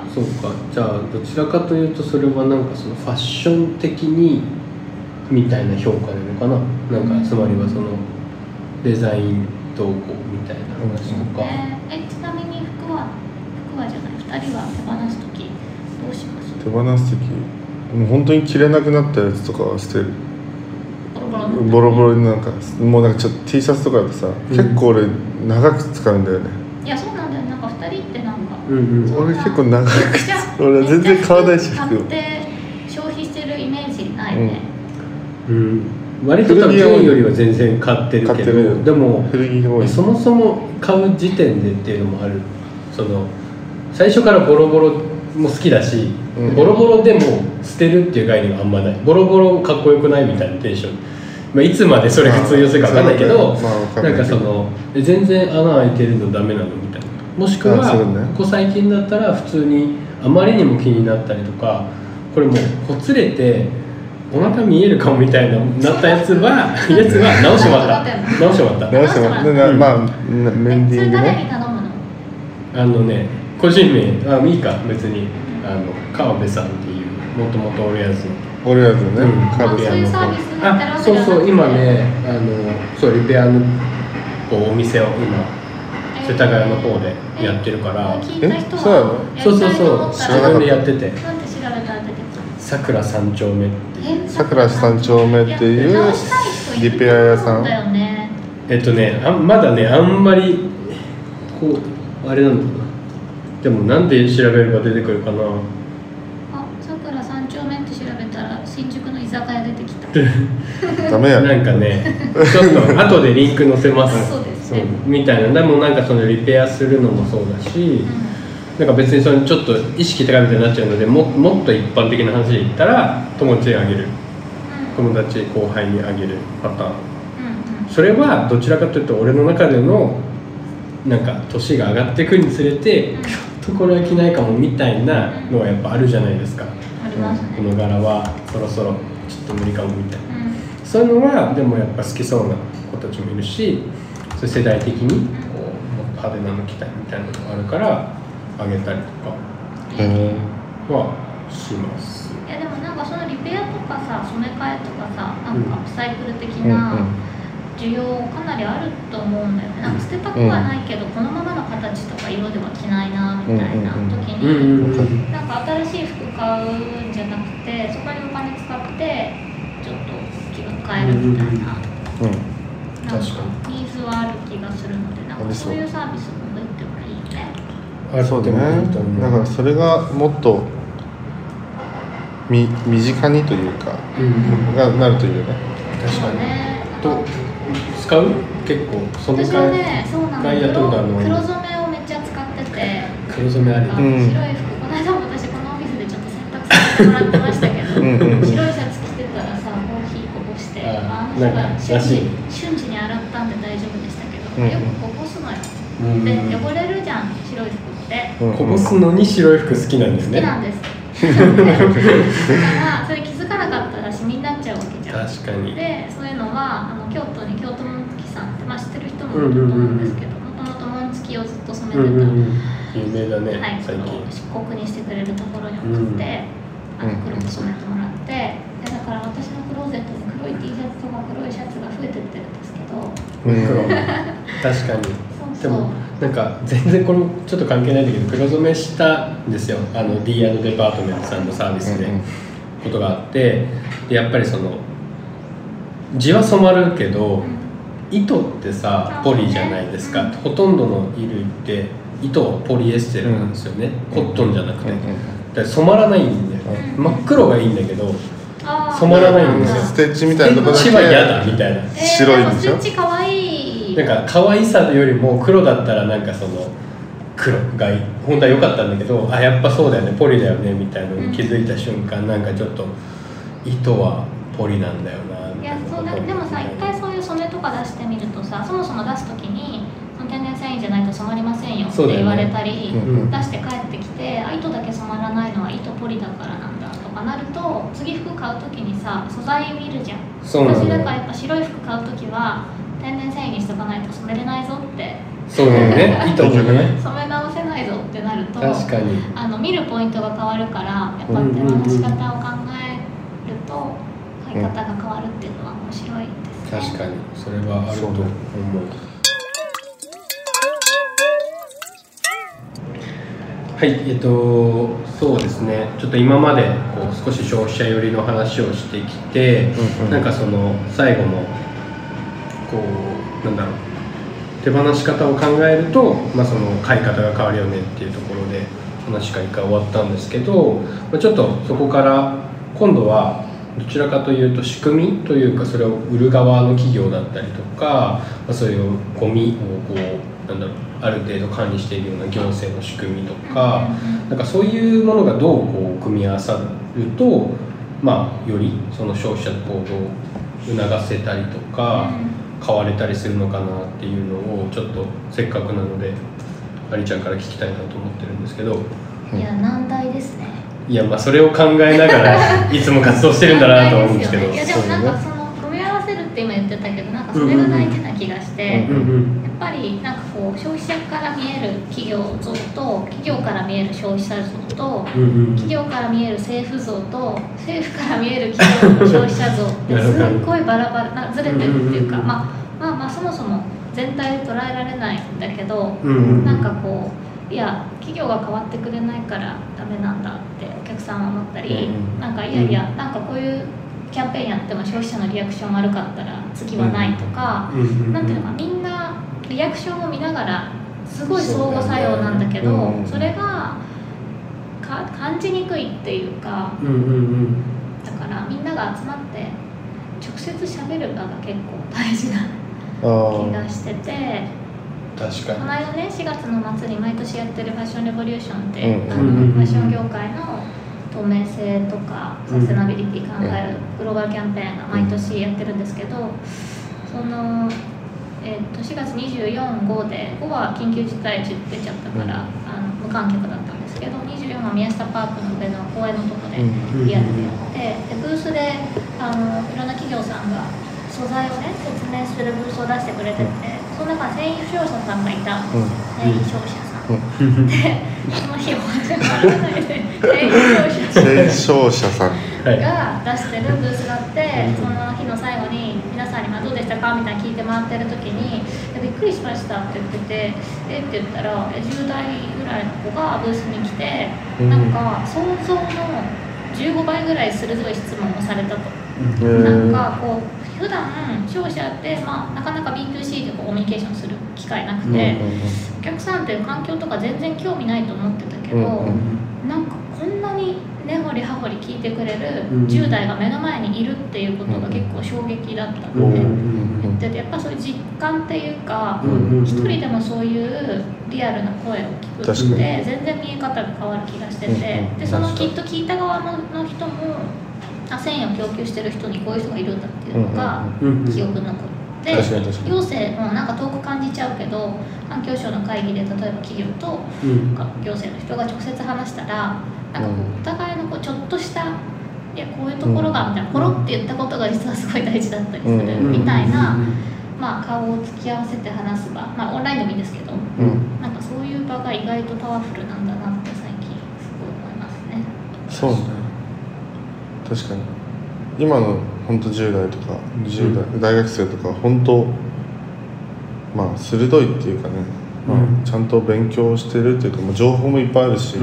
Speaker 2: そうか、じゃあどちらかというとそれはなんかそのファッション的にみたいな評価なのかな。なんかつまりはそのデザイン動向みたいな話とか、
Speaker 4: うん、ええちなみに服は服はじゃないふたりは手放すときどうします？
Speaker 1: 手放すときもう本当に着れなくなったやつとかは捨てる。ボロボロになんかもうなんかちょっと T シャツとかだとさ、うん、結構俺長く使うんだよね。
Speaker 4: いやそうなんだよ。なんかふたりってなんか、
Speaker 2: うんうん、
Speaker 1: 俺結構長く俺全然買わないし
Speaker 4: 服買って消費してるイメージないね。
Speaker 2: うん、うん、割と多分今日よりは全然買ってるけど、でも
Speaker 1: 古着が多い。
Speaker 2: そもそも買う時点でっていうのもある。その最初からボロボロも好きだし、うん、ボロボロでも捨てるっていう概念はあんまない。ボロボロかっこよくないみたいなテンション、まあ、いつまでそれが通用するか分かんないけど、まあ、なんかその全然穴開いてるのダメなのみたいな、もしくはここ最近だったら普通にあまりにも気になったりとか、これもうほつれてお腹見えるかもみたいななったやつはやつは直してもらった直してもらった
Speaker 1: 直してもらった、うん、まあメンディングね。
Speaker 2: あのね個人名あいいか別に、あの川辺さんっていうもともと俺やつの
Speaker 1: 俺やつね、うん、
Speaker 4: カービアの方。
Speaker 2: あ、そうそう今ねあのそうリペアのこうお店を今世田谷の方でやってるから。
Speaker 1: え、そうなの？
Speaker 2: そうそうそう自分でやってて。
Speaker 4: なんで調べたら出てくる？
Speaker 2: さくら三丁目っていう。
Speaker 1: さくら三丁目っていうリペア屋さん。
Speaker 2: えっとねあまだねあんまりこうあれなんだな。でもなんで調べれば出てくるかな。
Speaker 4: あ、さくら三丁目って調べたら新宿の居酒屋出てきた。
Speaker 1: ダメや。
Speaker 2: なんかね、ちょっと後でリンク載せます。
Speaker 4: そうですね。
Speaker 2: みたいな。でもなんかそのリペアするのもそうだし、うん、なんか別にそのちょっと意識高めてなっちゃうので、ももっと一般的な話で言ったら友達にあげる、うん、友達後輩にあげるパターン。うんうん、それはどちらかというと俺の中でのなんか年が上がっていくにつれて。うんところは着ないかもみたいなのはやっぱあるじゃないですか。
Speaker 4: ありますね。
Speaker 2: この柄はそろそろちょっと無理かもみたいな、うん、そういうのはでもやっぱ好きそうな子たちもいるし、そういう世代的にこうもっと派手なの着たいみたいなのがあるからあげたりとか。 へーはします。
Speaker 4: いやでもなんかそのリペアとかさ染め替えとかさなんかアップサイクル的な需要かなりあると思うんだよね。なんか捨てたくはないけど、このままの形とか色では着ないなみたいな時に、なんか新しい服買うんじゃなくてそこにお金使ってちょっと気分変えるみたいな、
Speaker 1: うん、
Speaker 4: なんかニーズはある気がするので、なんかそういうサービスも出てもいいよね。
Speaker 1: あ、そうだね。だからそれがもっとみ身近にというか、うん、がなるというね。
Speaker 2: 確かに。ね、と使う結構染め替え、
Speaker 4: 私はね、そうなの。黒染めをめっちゃ使ってて、
Speaker 2: 黒染めあり。
Speaker 4: 白い服、この間も私このオフィスでちょっと洗濯させてもらってましたけど、白いシャツ着てたらさ、コーヒーこぼして、あの人が瞬時瞬時に洗ったんで大丈夫でしたけど、うん、よくこぼすのよ。で、汚れるじゃん、白い服って。
Speaker 2: こぼすのに白い服好きなんですね。
Speaker 4: 好きなんです。だからそれ気づかなかったらシミになっちゃうわけじゃん。
Speaker 2: 確かに。
Speaker 4: でそういうのはあの京都に京都紋付さんって、まあ、知ってる人もいると思うんですけど、もともと紋付をずっと染めてた、うんうん、
Speaker 2: 有名だね、
Speaker 4: はい、最近漆黒にしてくれるところに送って、うん、あの黒く染めてもらって、でだから私のクローゼットに黒い T シャツとか黒いシャツが増えてってるんですけど、
Speaker 2: うん、確かに。そうそう、でもなんか全然これちょっと関係ないんだけど、黒染めしたんですよ、あの ディーアンド デパートメントさんのサービスで、うんうん、ことがあって、でやっぱりその地は染まるけど、うん、糸ってさポリじゃないですか、うん、ほとんどの衣類って糸はポリエステルなんですよね、うん、コットンじゃなくて、うん、だから染まらないんだよ、うん、真っ黒がいいんだけど染まらないんですよ。
Speaker 1: ステッチみたいなところだけ
Speaker 2: ステッチは嫌だみたいな、
Speaker 4: えー、
Speaker 1: 白いんでしょ。
Speaker 4: ステッチかわいい。
Speaker 2: なんか可愛さよりも黒だったらなんかその黒が本当は良かったんだけど、あやっぱそうだよねポリだよねみたいなのに気づいた瞬間、うん、なんかちょっと糸はポリなんだよなみたいな。
Speaker 4: いやそうだ、でもさ一回そういう染めとか出してみるとさ、そもそも出す時に天然繊維じゃないと染まりませんよって言われたり、ね、うん、出して帰ってきて、あ糸だけ染まらないのは糸ポリだからなんだとかなると、次服買う時にさ素材見るじゃん。
Speaker 2: そうなんだ。
Speaker 4: 私だからやっぱ白い服買う時は天然繊維にしとかないと染めれないぞって。
Speaker 2: そうだよね。糸もね。
Speaker 4: 染め直せないぞってなると、
Speaker 2: 確かに
Speaker 4: あの見るポイントが変わるから、やっぱ手放し方を考えると買い方が変わるっていうのは面白いですね。
Speaker 2: 確かにそれはあると思う。はい、えっとそうですね。ちょっと今までこう少し消費者寄りの話をしてきて、うんうん、なんかその最後のこうなんだろう。手放し方を考えると、まあ、その買い方が変わるよねっていうところで話が一回終わったんですけど、まあ、ちょっとそこから今度はどちらかというと仕組みというか、それを売る側の企業だったりとか、まあ、そういうゴミをこうなんだろうある程度管理しているような行政の仕組みとか、なんかそういうものがどうこう組み合わさると、まあ、よりその消費者の行動を促せたりとか買われたりするのかなっていうのをちょっとせっかくなのでありちゃんから聞きたいなと思ってるんですけど。
Speaker 4: いや難題ですね。
Speaker 2: いやまあそれを考えながらいつも活動してるんだなと思うんですけど。
Speaker 4: いやでもなんかその組み合わせるって今言ってたけど、なんかそれが大事な気がして、やっぱりなんかこう消費者から見える企業像と企業から見える消費者像と企業から見える政府像と政府から見える企業の消費者像ってすっごいバラバラなずれてるっていうか、まあまあまあそもそも全体で捉えられないんだけど、なんかこういや企業が変わってくれないからダメなんだってお客さんは思ったり、うん、なんかいやいやなんかこういうキャンペーンやっても消費者のリアクション悪かったら次はないとか、うん、なんていうのかみんなリアクションを見ながらすごい相互作用なんだけど、 そ,、ねうん、それがか感じにくいっていうか、うんうんうん、だからみんなが集まって直接喋る場が結構大事な気がしてて。
Speaker 2: 確かに
Speaker 4: この間ねしがつの末に毎年やってるファッションレボリューションって、うん、あのファッション業界の透明性とかサステナビリティ考えるグローバルキャンペーンが毎年やってるんですけど、その、えー、としがつにじゅうよん、ごでごは緊急事態出ちゃったからあの無観客だったんですけど、にじゅうよんは宮下パークの上の公園のとこでリアルでやって、でブースであのいろんな企業さんが素材をね説明するブースを出してくれてて、その中に繊維商社さんがいたんですよ、繊維商社さんでその日お話がらないで
Speaker 1: 伝承者さん
Speaker 4: が出してるブースがあって、その日の最後に皆さんにまあどうでしたかみたいな聞いて回ってる時にびっくりしましたって言ってて、えって言ったらじゅう代ぐらいの子がブースに来て、なんか想像のじゅうごばいぐらい鋭い質問をされたと。なんかこう普段商社って、まあ、なかなか ビーツーシー でこうコミュニケーションする機会なくて、お客さんって環境とか全然興味ないと思ってたけど、なんかこんなに根掘り葉掘り聞いてくれるじゅう代が目の前にいるっていうことが結構衝撃だったので、言っててやっぱそういう実感っていうか、一人でもそういうリアルな声を聞くって全然見え方が変わる気がしてて、でそのきっと聞いた側の人も繊維を供給してる人にこういう人がいるんだっていうのが記憶に残って、行政もなんか遠く感じちゃうけど、環境省の会議で例えば企業と行政の人が直接話したら、なんかこうお互いのこうちょっとしたいやこういうところがみたいなポロって言ったことが実はすごい大事だったりするみたいな、まあ顔を突き合わせて話す場、まあオンラインでもいいんですけど、なんかそういう場が意外とパワフルなんだなって最近すごい思いますね。
Speaker 1: そうね、確かに今の本当じゅう代とかにじゅう代、うん、大学生とか本当まあ鋭いっていうかね、まあ、ちゃんと勉強してるっていうか、まあ、情報もいっぱいあるし、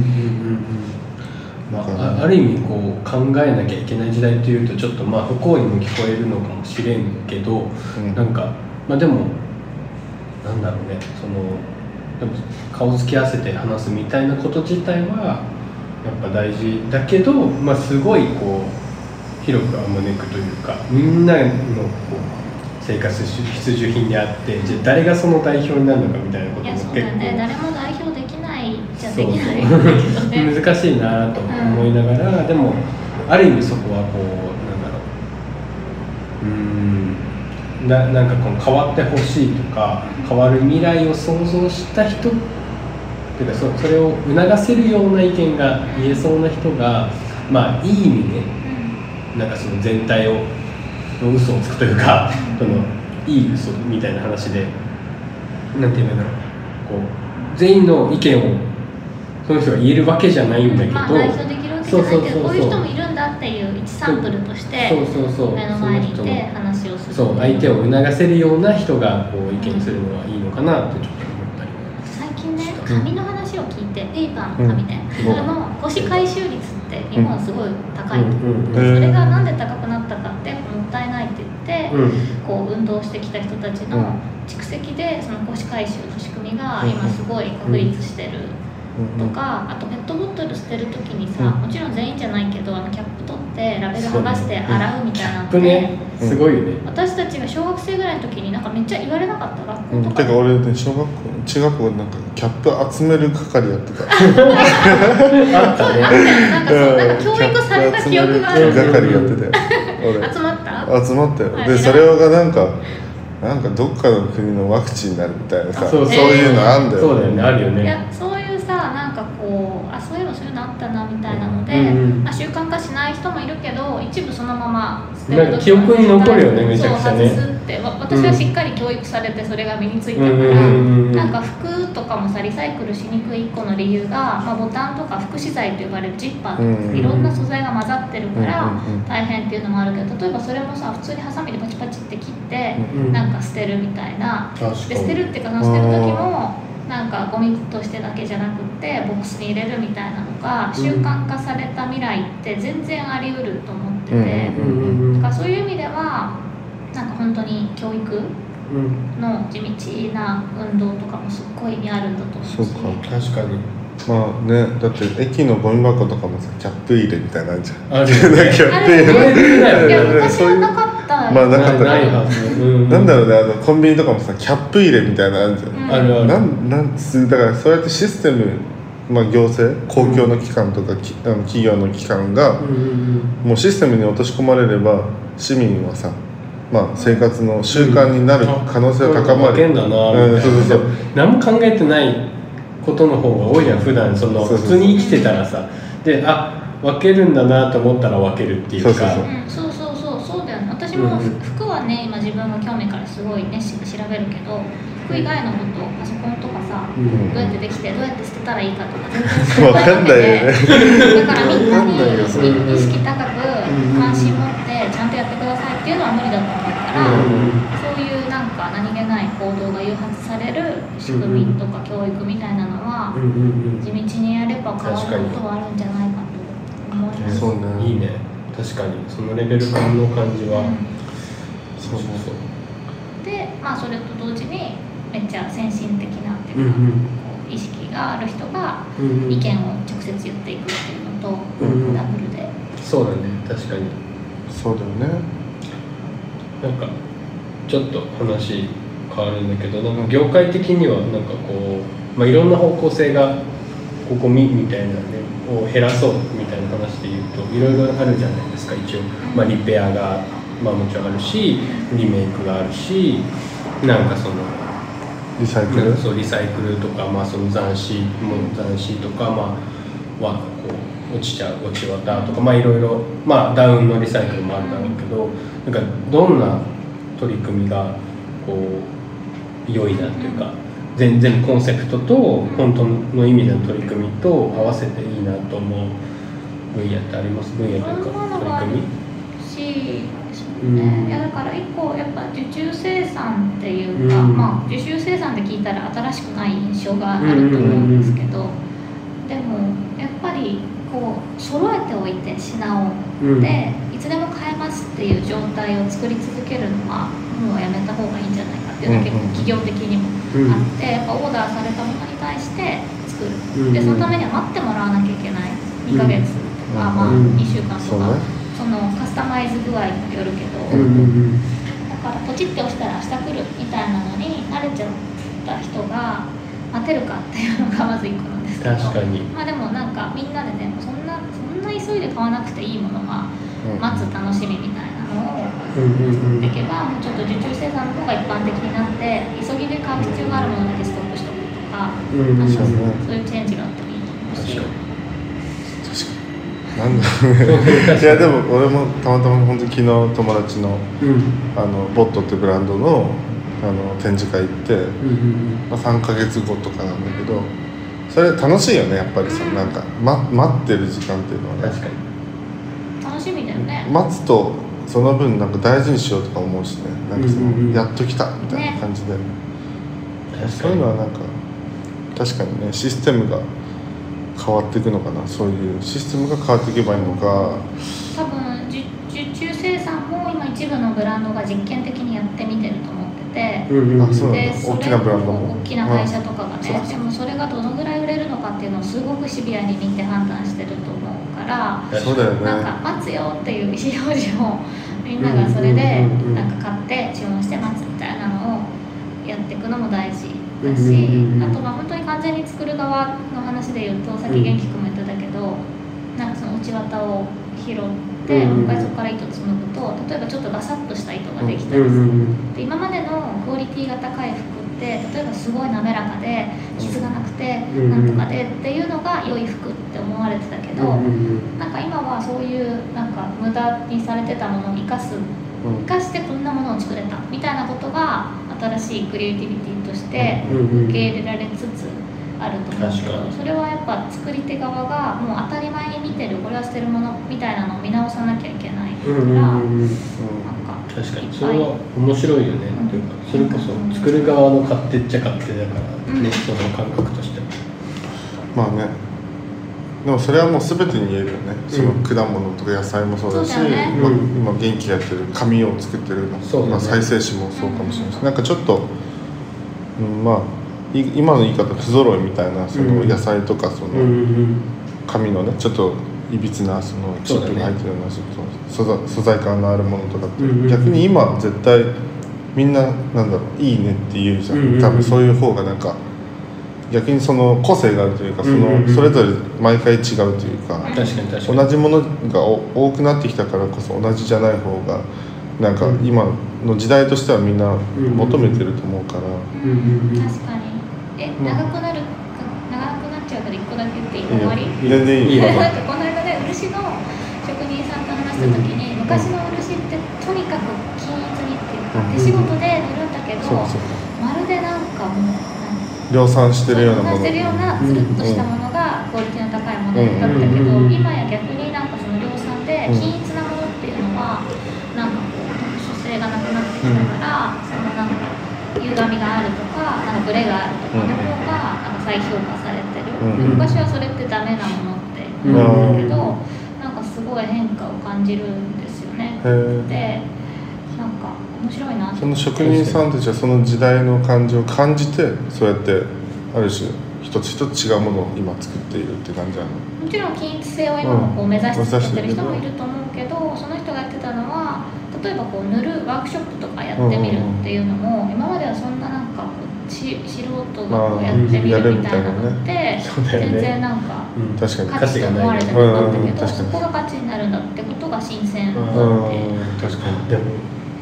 Speaker 2: ある意味こう考えなきゃいけない時代というとちょっとまあ不幸にも聞こえるのかもしれんけど、うん、なんかまあでもなんだろうね、そのでも顔つき合わせて話すみたいなこと自体はやっぱ大事だけど、まあ、すごいこう広くあまねくというか、みんなのこう生活必需品であって、じゃあ誰がその代表になるのかみたいなことも結構、いやそうだね、
Speaker 4: 誰も代表できないじゃできないんだけどね
Speaker 2: 難しいなと思いながら、うん、でもある意味そこはこうなんだろう、うーん な, なんかこの変わってほしいとか変わる未来を想像した人っていうか そ, それを促せるような意見が言えそうな人が、まあいい意味で、うん、なんかその全体をの嘘をつくというか、そのいい嘘みたいな話で、なんていうんだろう、こう全員の意見をその人が言えるわけじゃないんだけど、まあ、
Speaker 4: 代表できるわけじゃないけど、こういう人もいるんだっていう一サンプルとして目の前にいて話をする、
Speaker 2: そう相手を促せるような人がこう意見するのはいいのかなってちょっと思ったり、
Speaker 4: 最近ね紙の話を聞いて、ペーパーの紙ね、うん、あの古紙回収率って日本すごい高いと、うんうん、それがなんで高くなったかってもったいないって言って、うん、こう運動してきた人たちの蓄積でその古紙回収の仕組みが今すごい確立してるとか、あとペットボトル捨てるときにさ、もちろん全員じゃないけどあのキャップ取ってラベル剥がして洗うみたいなのって、
Speaker 2: ね、すごいよね。
Speaker 4: 私たちが小学生ぐらいの時になんかめっちゃ言われなかった学校とか、うん、
Speaker 1: てか俺ね小学校中学校なんかキャップ集める係やってた
Speaker 2: あったね。
Speaker 4: なんかそうなんか教育された記憶がある。
Speaker 1: 係やってたよ
Speaker 4: 俺。集まった？
Speaker 1: 集まったよ。でそれがなんかなんかどっかの国のワクチンになるみたいなさ、そう、そういうのあんだよ。
Speaker 2: そうだよね、あるよね。
Speaker 4: いやそういうさなんかこうあそういうのそういうのあったなみたいなので、うんうん、まあ、習慣化しない人もいるけど一部そのまま捨てる
Speaker 2: 記憶に残るよね、めちゃくちゃね。
Speaker 4: そう外すって私はしっかり教育されてそれが身についたから、うん、なんか服とかもさリサイクルしにくいいっこの理由が、まあ、ボタンとか複資材と呼ばれるジッパーとか、うん、いろんな素材が混ざってるから大変っていうのもあるけど、例えばそれもさ普通にハサミでパチパチって切って、うん、なんか捨てるみたいな、で捨てるっていうか捨てる時もなんかゴミとしてだけじゃなくってボックスに入れるみたいなのが習慣化された未来って全然あり得ると思ってて、だからそういう意味ではなんか本当に教育の地道な運動とかもすっごい意味あるんだと思うし、
Speaker 1: そうか、確かに。まあね、だって駅のゴミ箱とかもさキャップ入れみたいなのあるじゃん。
Speaker 2: あるよね。
Speaker 1: キャップ入れ。
Speaker 4: いや昔はなかった。
Speaker 1: まあなかった
Speaker 2: ないはず。
Speaker 1: なんだろうね、あのコンビニとかもさキャップ入れみたいなのあるじゃん。
Speaker 2: うん、あるある。
Speaker 1: なんなんつだからそうやってシステム、まあ行政、公共の機関とか、うん、あの企業の機関が、うん、もうシステムに落とし込まれれば市民はさ。まあ、生活の習慣になる可能性が高まる。
Speaker 2: うん、だな、うん、そうそうそう。何も考えてないことの方が多いじゃん、普段その普通に生きてたらさ、で、あ、分けるんだなと思ったら分けるっていうか、
Speaker 4: そうそうそう、うん、そうそうそうそうだよね。私も服はね、今自分の興味からすごい熱心に調べるけど、 服以外のことをパソコンとかさ、
Speaker 2: うん、
Speaker 4: どうやってできてどうやって捨てたらいいかとか全然知らないわけで、だからみんなに意識高く関心持ってちゃんとやってくださいっていうのは無理だと思うから、うん、そういうなんか何気ない行動が誘発される仕組みとか教育みたいなのは地道にやれば変わることはあるんじゃないかと思います。
Speaker 2: そうね、いいね、確かにそのレベル感の感じは、うん、そうそうそう。
Speaker 4: で、まあそれと同時にめっちゃ先進的なっていうか、うんうん、こう意識がある人が意見を直接言っていくっていうのと、うんうん、ダブルで、
Speaker 2: そうだね、確かに
Speaker 1: そうだよね。
Speaker 2: なんかちょっと話変わるんだけど、なんか業界的にはなんかこう、まあ、いろんな方向性がここみみたいなねを減らそうみたいな話で言うといろいろあるじゃないですか。一応、まあ、リペアが、まあ、もちろんあるし、リメイクがあるし、なんかその
Speaker 1: リサイクル、
Speaker 2: そうリサイクルとか、まあ、その斬新も斬新とか、まあ、はこう落ちちゃう落ち綿とか、まあいろいろ、まあ、ダウンのリサイクルもあるんだろうけど、なんかどんな取り組みがこう良いなというか、全然コンセプトと本当の意味での取り組みと合わせていいなと思う分野ってあります？分野というか取り組み
Speaker 4: しですね。いやだから一個やっぱ受注生産っていうか、うん、まあ受注生産って聞いたら新しくない印象があると思うんですけど、でもやっぱりこう揃えておいて品を、うん、でいつでも買えますっていう状態を作り続けるのはもうやめた方がいいんじゃないかっていうのは結構企業的にもあって、やっぱオーダーされたものに対して作る、でそのためには待ってもらわなきゃいけないにかげつとか、まあ、にしゅうかんとか、そのカスタマイズ具合によるけど、だからポチって押したら明日来るみたいなのに慣れちゃった人が待てるかっていうのがまずいっこなんですけど、
Speaker 2: 確かに、
Speaker 4: まあでもなんかみんなでね、そんなそんな急いで買わなくていいものは待つ楽しみみたいなのを作っていけば、もうちょっと受注生産の方が一般的になって急ぎで買う必要があるものだけストックしておくとか、うんうん、そういうチェンジがあってもいいと思うし。
Speaker 1: なんだろうねいやでも俺もたまたま本当に昨日友達の、うん、あのボットってブランドのあの展示会行って、うんうんうんまあ、さんかげつごとかなんだけど、それ楽しいよねやっぱりさ、うん、なんか、ま、待ってる時間っていうのはね、
Speaker 4: 確かに楽しみだよね。
Speaker 1: 待つとその分なんか大事にしようとか思うしね、なんかその、うんうんうん、やっと来たみたいな感じで、ね、そういうのはなんか確かにねシステムが変わっていくのかな、そういうシステムが変わっていけばいいのか。
Speaker 4: 多分受注生産も今一部のブランドが実験的にやってみてると思ってて、
Speaker 1: うんうん、あそうなんだ、大きなブランドも
Speaker 4: 大きな会社とかがね、でもそれがどのぐらい売れるのかっていうのをすごくシビアに見て判断してると思うから、
Speaker 1: そうだよね、
Speaker 4: なんか待つよっていう意思表示をみんながそれでなんか買って注文して待つみたいなのをやっていくのも大事だし、あとは本当に完全に作る側の話で言うと、さっき元気君も言ってたけど、なんかその内綿を拾ってもう一回そこから糸紡ぐと、例えばちょっとガサッとした糸ができたりする。で今までのクオリティが高い服って例えばすごい滑らかで傷がなくてなんとかでっていうのが良い服って思われてたけど、なんか今はそういうなんか無駄にされてたものを生かす生かしてこんなものを作れたみたいなことが新しいクリエイティビティとして受け入れられつつあると思うけど、それはやっぱ作り手側がもう当たり前に見てるこれは捨てるものみたいなのを見直さなきゃいけないから、なんか
Speaker 2: 確かにそれは面白いよね、うん、というかそれこそ作る側の勝手っちゃ勝手だからね、うん、その感覚としてはまあね。
Speaker 1: でもそれはもう全てに言えるよね、うん、その果物とか野菜もそうだし、
Speaker 4: そうだね、
Speaker 1: まあ、今元気やってる紙を作ってるの、ねまあ、再生紙もそうかもしれないし、うん、なんかちょっと、うん、まあ今の言い方不揃いみたいなその野菜とかその紙のねちょっといびつなそのチップが入ってるような素材、素材感のあるものとかって逆に今絶対みんななんだろういいねって言うじゃん。多分そういう方がなんか逆にその個性があるというか、そのそれぞれ毎回違うというか、
Speaker 2: 確かに確かに
Speaker 1: 同じものが多くなってきたからこそ同じじゃない方がなんか今の時代としてはみんな求めてると思うから、
Speaker 4: うんうんうん、確かに。え、長くなる長くなっちゃうから一個だけ言っていい？終わり？
Speaker 1: 全然いい。
Speaker 4: なんかこの間ね漆の職人さんと話した時に、うん、昔の漆ってとにかく均一にっていうか、手仕事で塗るんだけけど、そうそうまるでなんかもう
Speaker 1: 量産してるようなもの、
Speaker 4: 量産してるようなつるっとしたものがクオリティの高いものだったけど、今や逆になんかその量産で均一なものっていうのはなんかこう特殊性がなくなってきたから、そのなんか歪みがあるとか、なんかブレがあるとかの方がなんか再評価されてる、うん、昔はそれってダメなものって言うんだけど、なんかすごい変化を感じるんですよね。で、なんか面白いなって。
Speaker 1: その職人さんたちはその時代の感じを感じて、そうやってある種一つ一つ違うものを今作っているって感じなの。
Speaker 4: もちろん均一性を今もこう目指して作ってる人もいると思うけど、その人がやってたのは例えばこう塗るワークショップとかやってみるっていうのも、今まではそんななんかこうし素人がこうやってみるみたいなのって全然なんか価値と思われてなかったけど、そこが価値になるんだってことが新鮮だって。
Speaker 2: 確かに。でも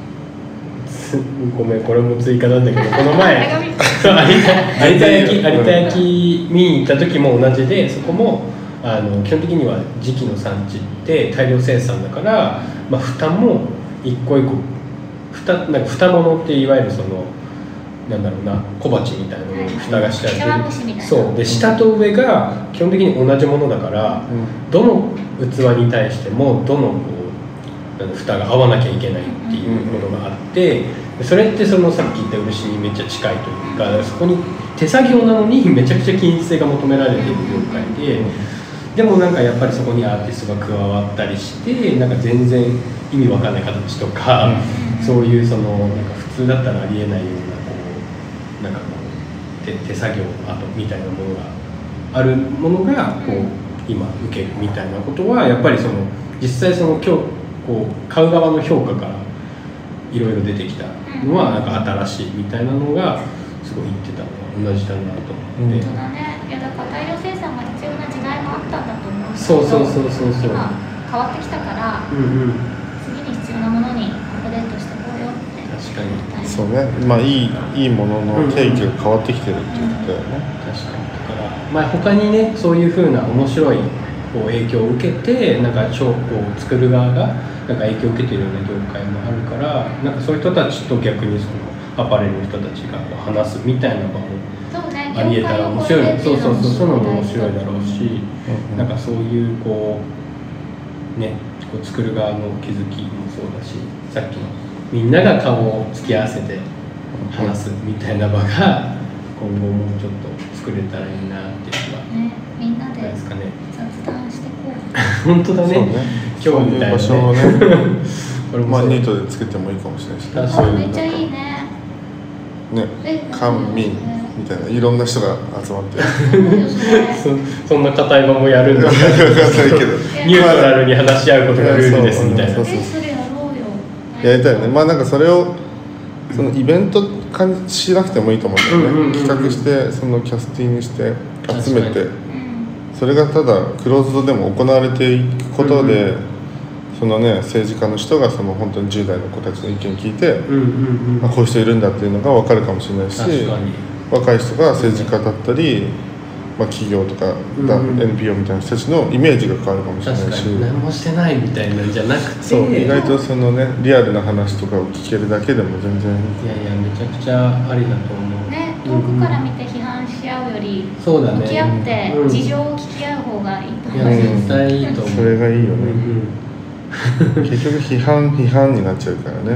Speaker 2: ごめん、これも追加なんだけど、この前有田焼有田焼見に行った時も同じで、そこもあの基本的には磁器の産地って大量生産だから、まあ、蓋も一個一個 蓋, なんか蓋物っていわゆるそのなんだろうな小鉢みたいなのに蓋がしてある、そうで下と上が基本的に同じものだから、うん、どの器に対してもどのこう蓋が合わなきゃいけないっていうものがあって、それってそのさっき言った漆にめっちゃ近いというか、そこに手作業なのにめちゃくちゃ均一性が求められている業界で、でもなんかやっぱりそこにアーティストが加わったりして、なんか全然意味わかんない形とか、うん、そういうそのなんか普通だったらありえないようなこうなんかこう 手, 手作業アートみたいなものがあるものがこう今受けるみたいなことは、やっぱりその実際その今日こう買う側の評価からいろいろ出てきたのはなんか新しいみたいなのがすごい言ってたのが同じだなと思って。
Speaker 4: 本当だね。いやだから大量生産が必要な時代もあったんだと思うけど、
Speaker 2: そうそうそうそうそう、
Speaker 4: 今変わってきたから、うんうん、次に必要なものにアップデートしていこうよって。
Speaker 2: 確かに。
Speaker 1: そうね。まあいいいいものの定義が変わってきてるっていうことだよね。
Speaker 2: うんうん、確かに。だからまあ他にねそういう風な面白いこう影響を受けてなんかこう作る側がなんか影響を受けているような業界もあるから、なんかそういう人たちと逆にそのアパレルの人たちがこう話すみたいなのがありえたら面白い、ね、そうそうそう、そういうのも面白いだろうし、うん、なんかそういうこうねこう作る側の気づきもそうだし、さっきのみんなが顔を突き合わせて話すみたいな場が今後もうちょっと作れたらいいなっていう気は、
Speaker 4: ね、みんなで
Speaker 2: ですかね。
Speaker 4: 雑談してこう。
Speaker 2: 本当だね。今日みたいなね。
Speaker 1: そういう場所をねこれもまあニートで作ってもいいかもしれないし、ね。
Speaker 4: あ、めっちゃいいね。
Speaker 1: ね、官民みたいないろんな人が集まって
Speaker 2: そ, そんな硬い場もやるんだけどニュートラルに話し合うことがルールですみたいな。
Speaker 4: そうそうそう、やろうよ。
Speaker 1: やりたいよね。まあなんかそれをそのイベント化しなくてもいいと思うんだよね、うんうんうん、企画してそのキャスティングして集めて、それがただクローズドでも行われていくことで、うんうん、そのね政治家の人がその本当にじゅう代の子たちの意見を聞いて、うんうんうん、あこういう人いるんだっていうのが分かるかもしれないし、若い人が政治家だったり、まあ、企業とか、うん、エヌピーオー みたいな人たちのイメージが変わるかもしれないし、
Speaker 2: 確かに何もしてないみたいなんじゃなくて、
Speaker 1: そう意外とそのねリアルな話とかを聞けるだけでも全然
Speaker 2: いやいやめちゃくちゃありだと思う
Speaker 4: ね。遠くから見て批判し合うより、
Speaker 2: そうだね、
Speaker 4: 向き合って事情を聞き合う方がいいと思う、
Speaker 2: うん、いや絶対いいと思う。
Speaker 1: それがいいよね、うん、結局批判批判になっちゃうからね、うん、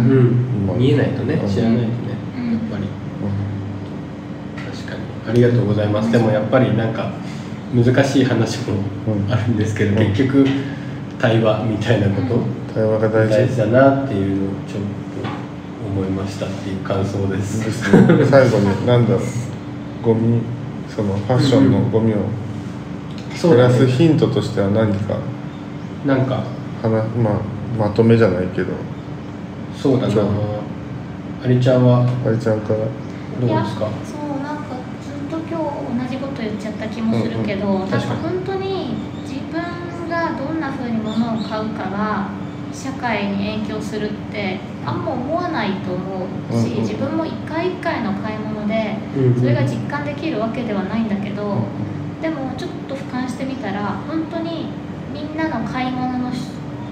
Speaker 2: 見えないとね、知らないとね、うん、やっぱり、うん、確かにありがとうございます。でもやっぱりなんか難しい話もあるんですけど、うん、結局対話みたいなこと、
Speaker 1: 対話が大事、
Speaker 2: 大事だなっていうのをちょっと思いましたっていう感想です。
Speaker 1: ですね、最後に何だろう、ゴミ、そのファッションのゴミを減らすヒントとしては何か、
Speaker 2: なんか
Speaker 1: はな、まあ、まとめじゃないけど、
Speaker 2: そうだな。ありちゃんは
Speaker 1: ありちゃんから
Speaker 2: どうですか？
Speaker 4: そうなんかずっと今日同じこと言っちゃった気もするけど、うんうん、なんか本当に自分がどんな風に物を買うかが社会に影響するってあんま思わないと思うし、うんうん、自分も一回一回の買い物でそれが実感できるわけではないんだけど、うんうん、でもちょっと俯瞰してみたら本当にみんなの買い物の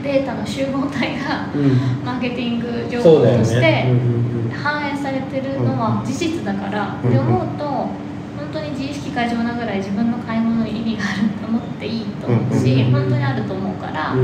Speaker 4: データの集合体が、うん、マーケティング情報として反映されてるのは事実だから、うん、って思うと本当に自意識過剰なぐらい自分の買い物に意味があると思っていいと思うし、うん、本当にあると思うから、うん、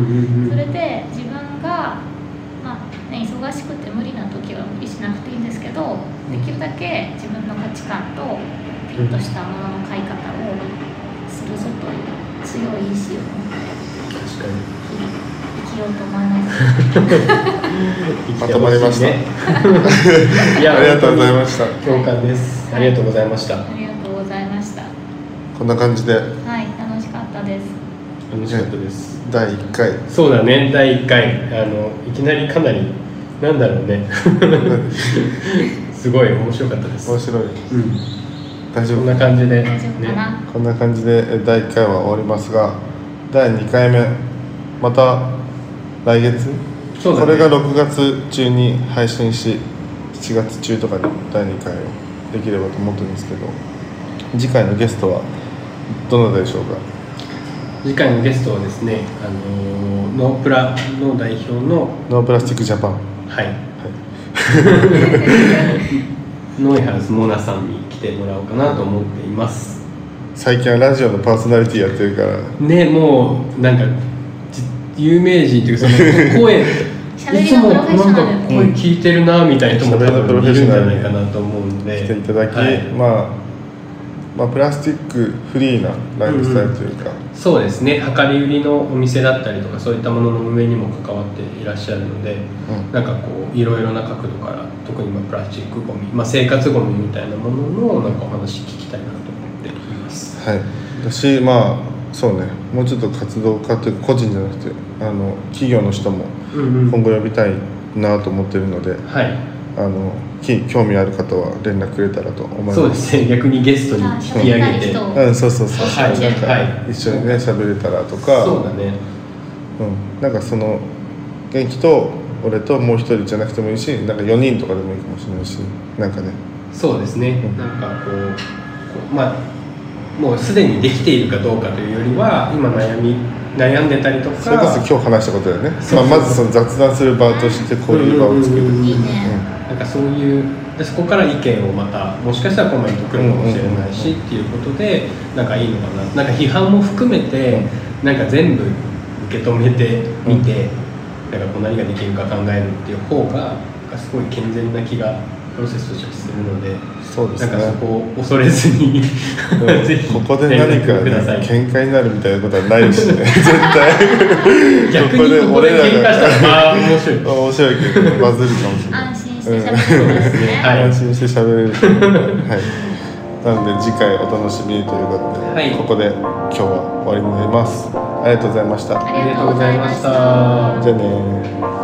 Speaker 4: それで自分が、まあね、忙しくて無理な時は無理しなくていいんですけど、できるだけ自分の価値観とフィットしたものの買い方をするぞという強い意志を持って
Speaker 2: 確かに
Speaker 4: 生きようと思います。
Speaker 1: まとまりました。
Speaker 2: いや
Speaker 1: ありがとうございました。
Speaker 2: 共感です。ありがとうございました。
Speaker 4: ありがとうございました。
Speaker 1: こんな感じで。
Speaker 4: はい、楽しかったです。
Speaker 2: 楽しかったです。
Speaker 1: だいいっかい。
Speaker 2: そうだね、だいいっかい。あのいきなりかなりなんだろうね。すごい面白かったです。
Speaker 1: 面白い。うん。大丈夫。
Speaker 2: こんな感じで、
Speaker 4: 大丈夫かな。
Speaker 1: こんな感じでだいいっかいは終わりますが、だいにかいめまた来月、そうだね、これがろくがつ中に配信し、しちがつ中とかにだいにかいをできればと思ってるんですけど、次回のゲストはどなたでしょうか。
Speaker 2: 次回のゲストはですね、あのー、ノープラの代表の
Speaker 1: ノープラスティックジャパン、
Speaker 2: はい、はい、ノイハウスモナさんに来てもらおうかなと思っています。
Speaker 1: 最近はラジオのパーソナリティやってるから
Speaker 2: ね、もうなんか有名人っていうかその声いつもなんか声聞いてるなみたいな人も多分いるんじゃないかなと思うんで、
Speaker 1: 来ていただき、はい、まあまあ、プラスチックフリーなライフスタイルというか、
Speaker 2: うん、そうですね、量り売りのお店だったりとかそういったものの運営にも関わっていらっしゃるので、うん、なんかこういろいろな角度から特に今プラスチックゴミ、まあ、生活ゴミみたいなもののなんかお話聞きたいなと思っています。
Speaker 1: はい、私まあそうね、もうちょっと活動家というか個人じゃなくてあの企業の人も今後呼びたいなと思ってるので、うんうん、はい、あの興味ある方は連絡くれたらと思います。
Speaker 2: そうですね、逆にゲストに引き上げて、
Speaker 1: うん、そうそうそう、はい、なんか一緒にね喋れたらとか、
Speaker 2: そうだね、
Speaker 1: うん、なんかその元気と俺ともう一人じゃなくてもいいし、なんかよにんとかでもいいかもしれないし、なんかね、
Speaker 2: そうですね、うん、なんかこう、こうまあもうすでにできているかどうかというよりは今悩み悩んでたりとか、
Speaker 1: それこそ今日話したことだよね。まあ、まずその雑談する場としてこういう場を作る、うんうんうん、
Speaker 4: いいね、
Speaker 2: なんかそういうでそこから意見をまたもしかしたらコメント来るかもしれないし、うんうんうん、っていうことでなんかいいのかな、なんか批判も含めてなんか全部受け止めてみて、うん、なんかこう何ができるか考えるっていう方がすごい健全な気がプロセスとしてするので、
Speaker 1: そうですね、
Speaker 2: なんかそこを恐れずにぜひ
Speaker 1: ここで何か、ね、喧嘩になるみたいなことはないしね絶対
Speaker 2: 逆にここで喧嘩したらまあ面白い
Speaker 1: 面白いけどバズるかもしれない。
Speaker 4: 安心して喋れるんですね、
Speaker 1: はい、安心して喋れる、はい、なので次回お楽しみにということで、はい、ここで今日は終わりになります。ありがとうございました。
Speaker 4: ありがとうございました。
Speaker 1: じゃあね。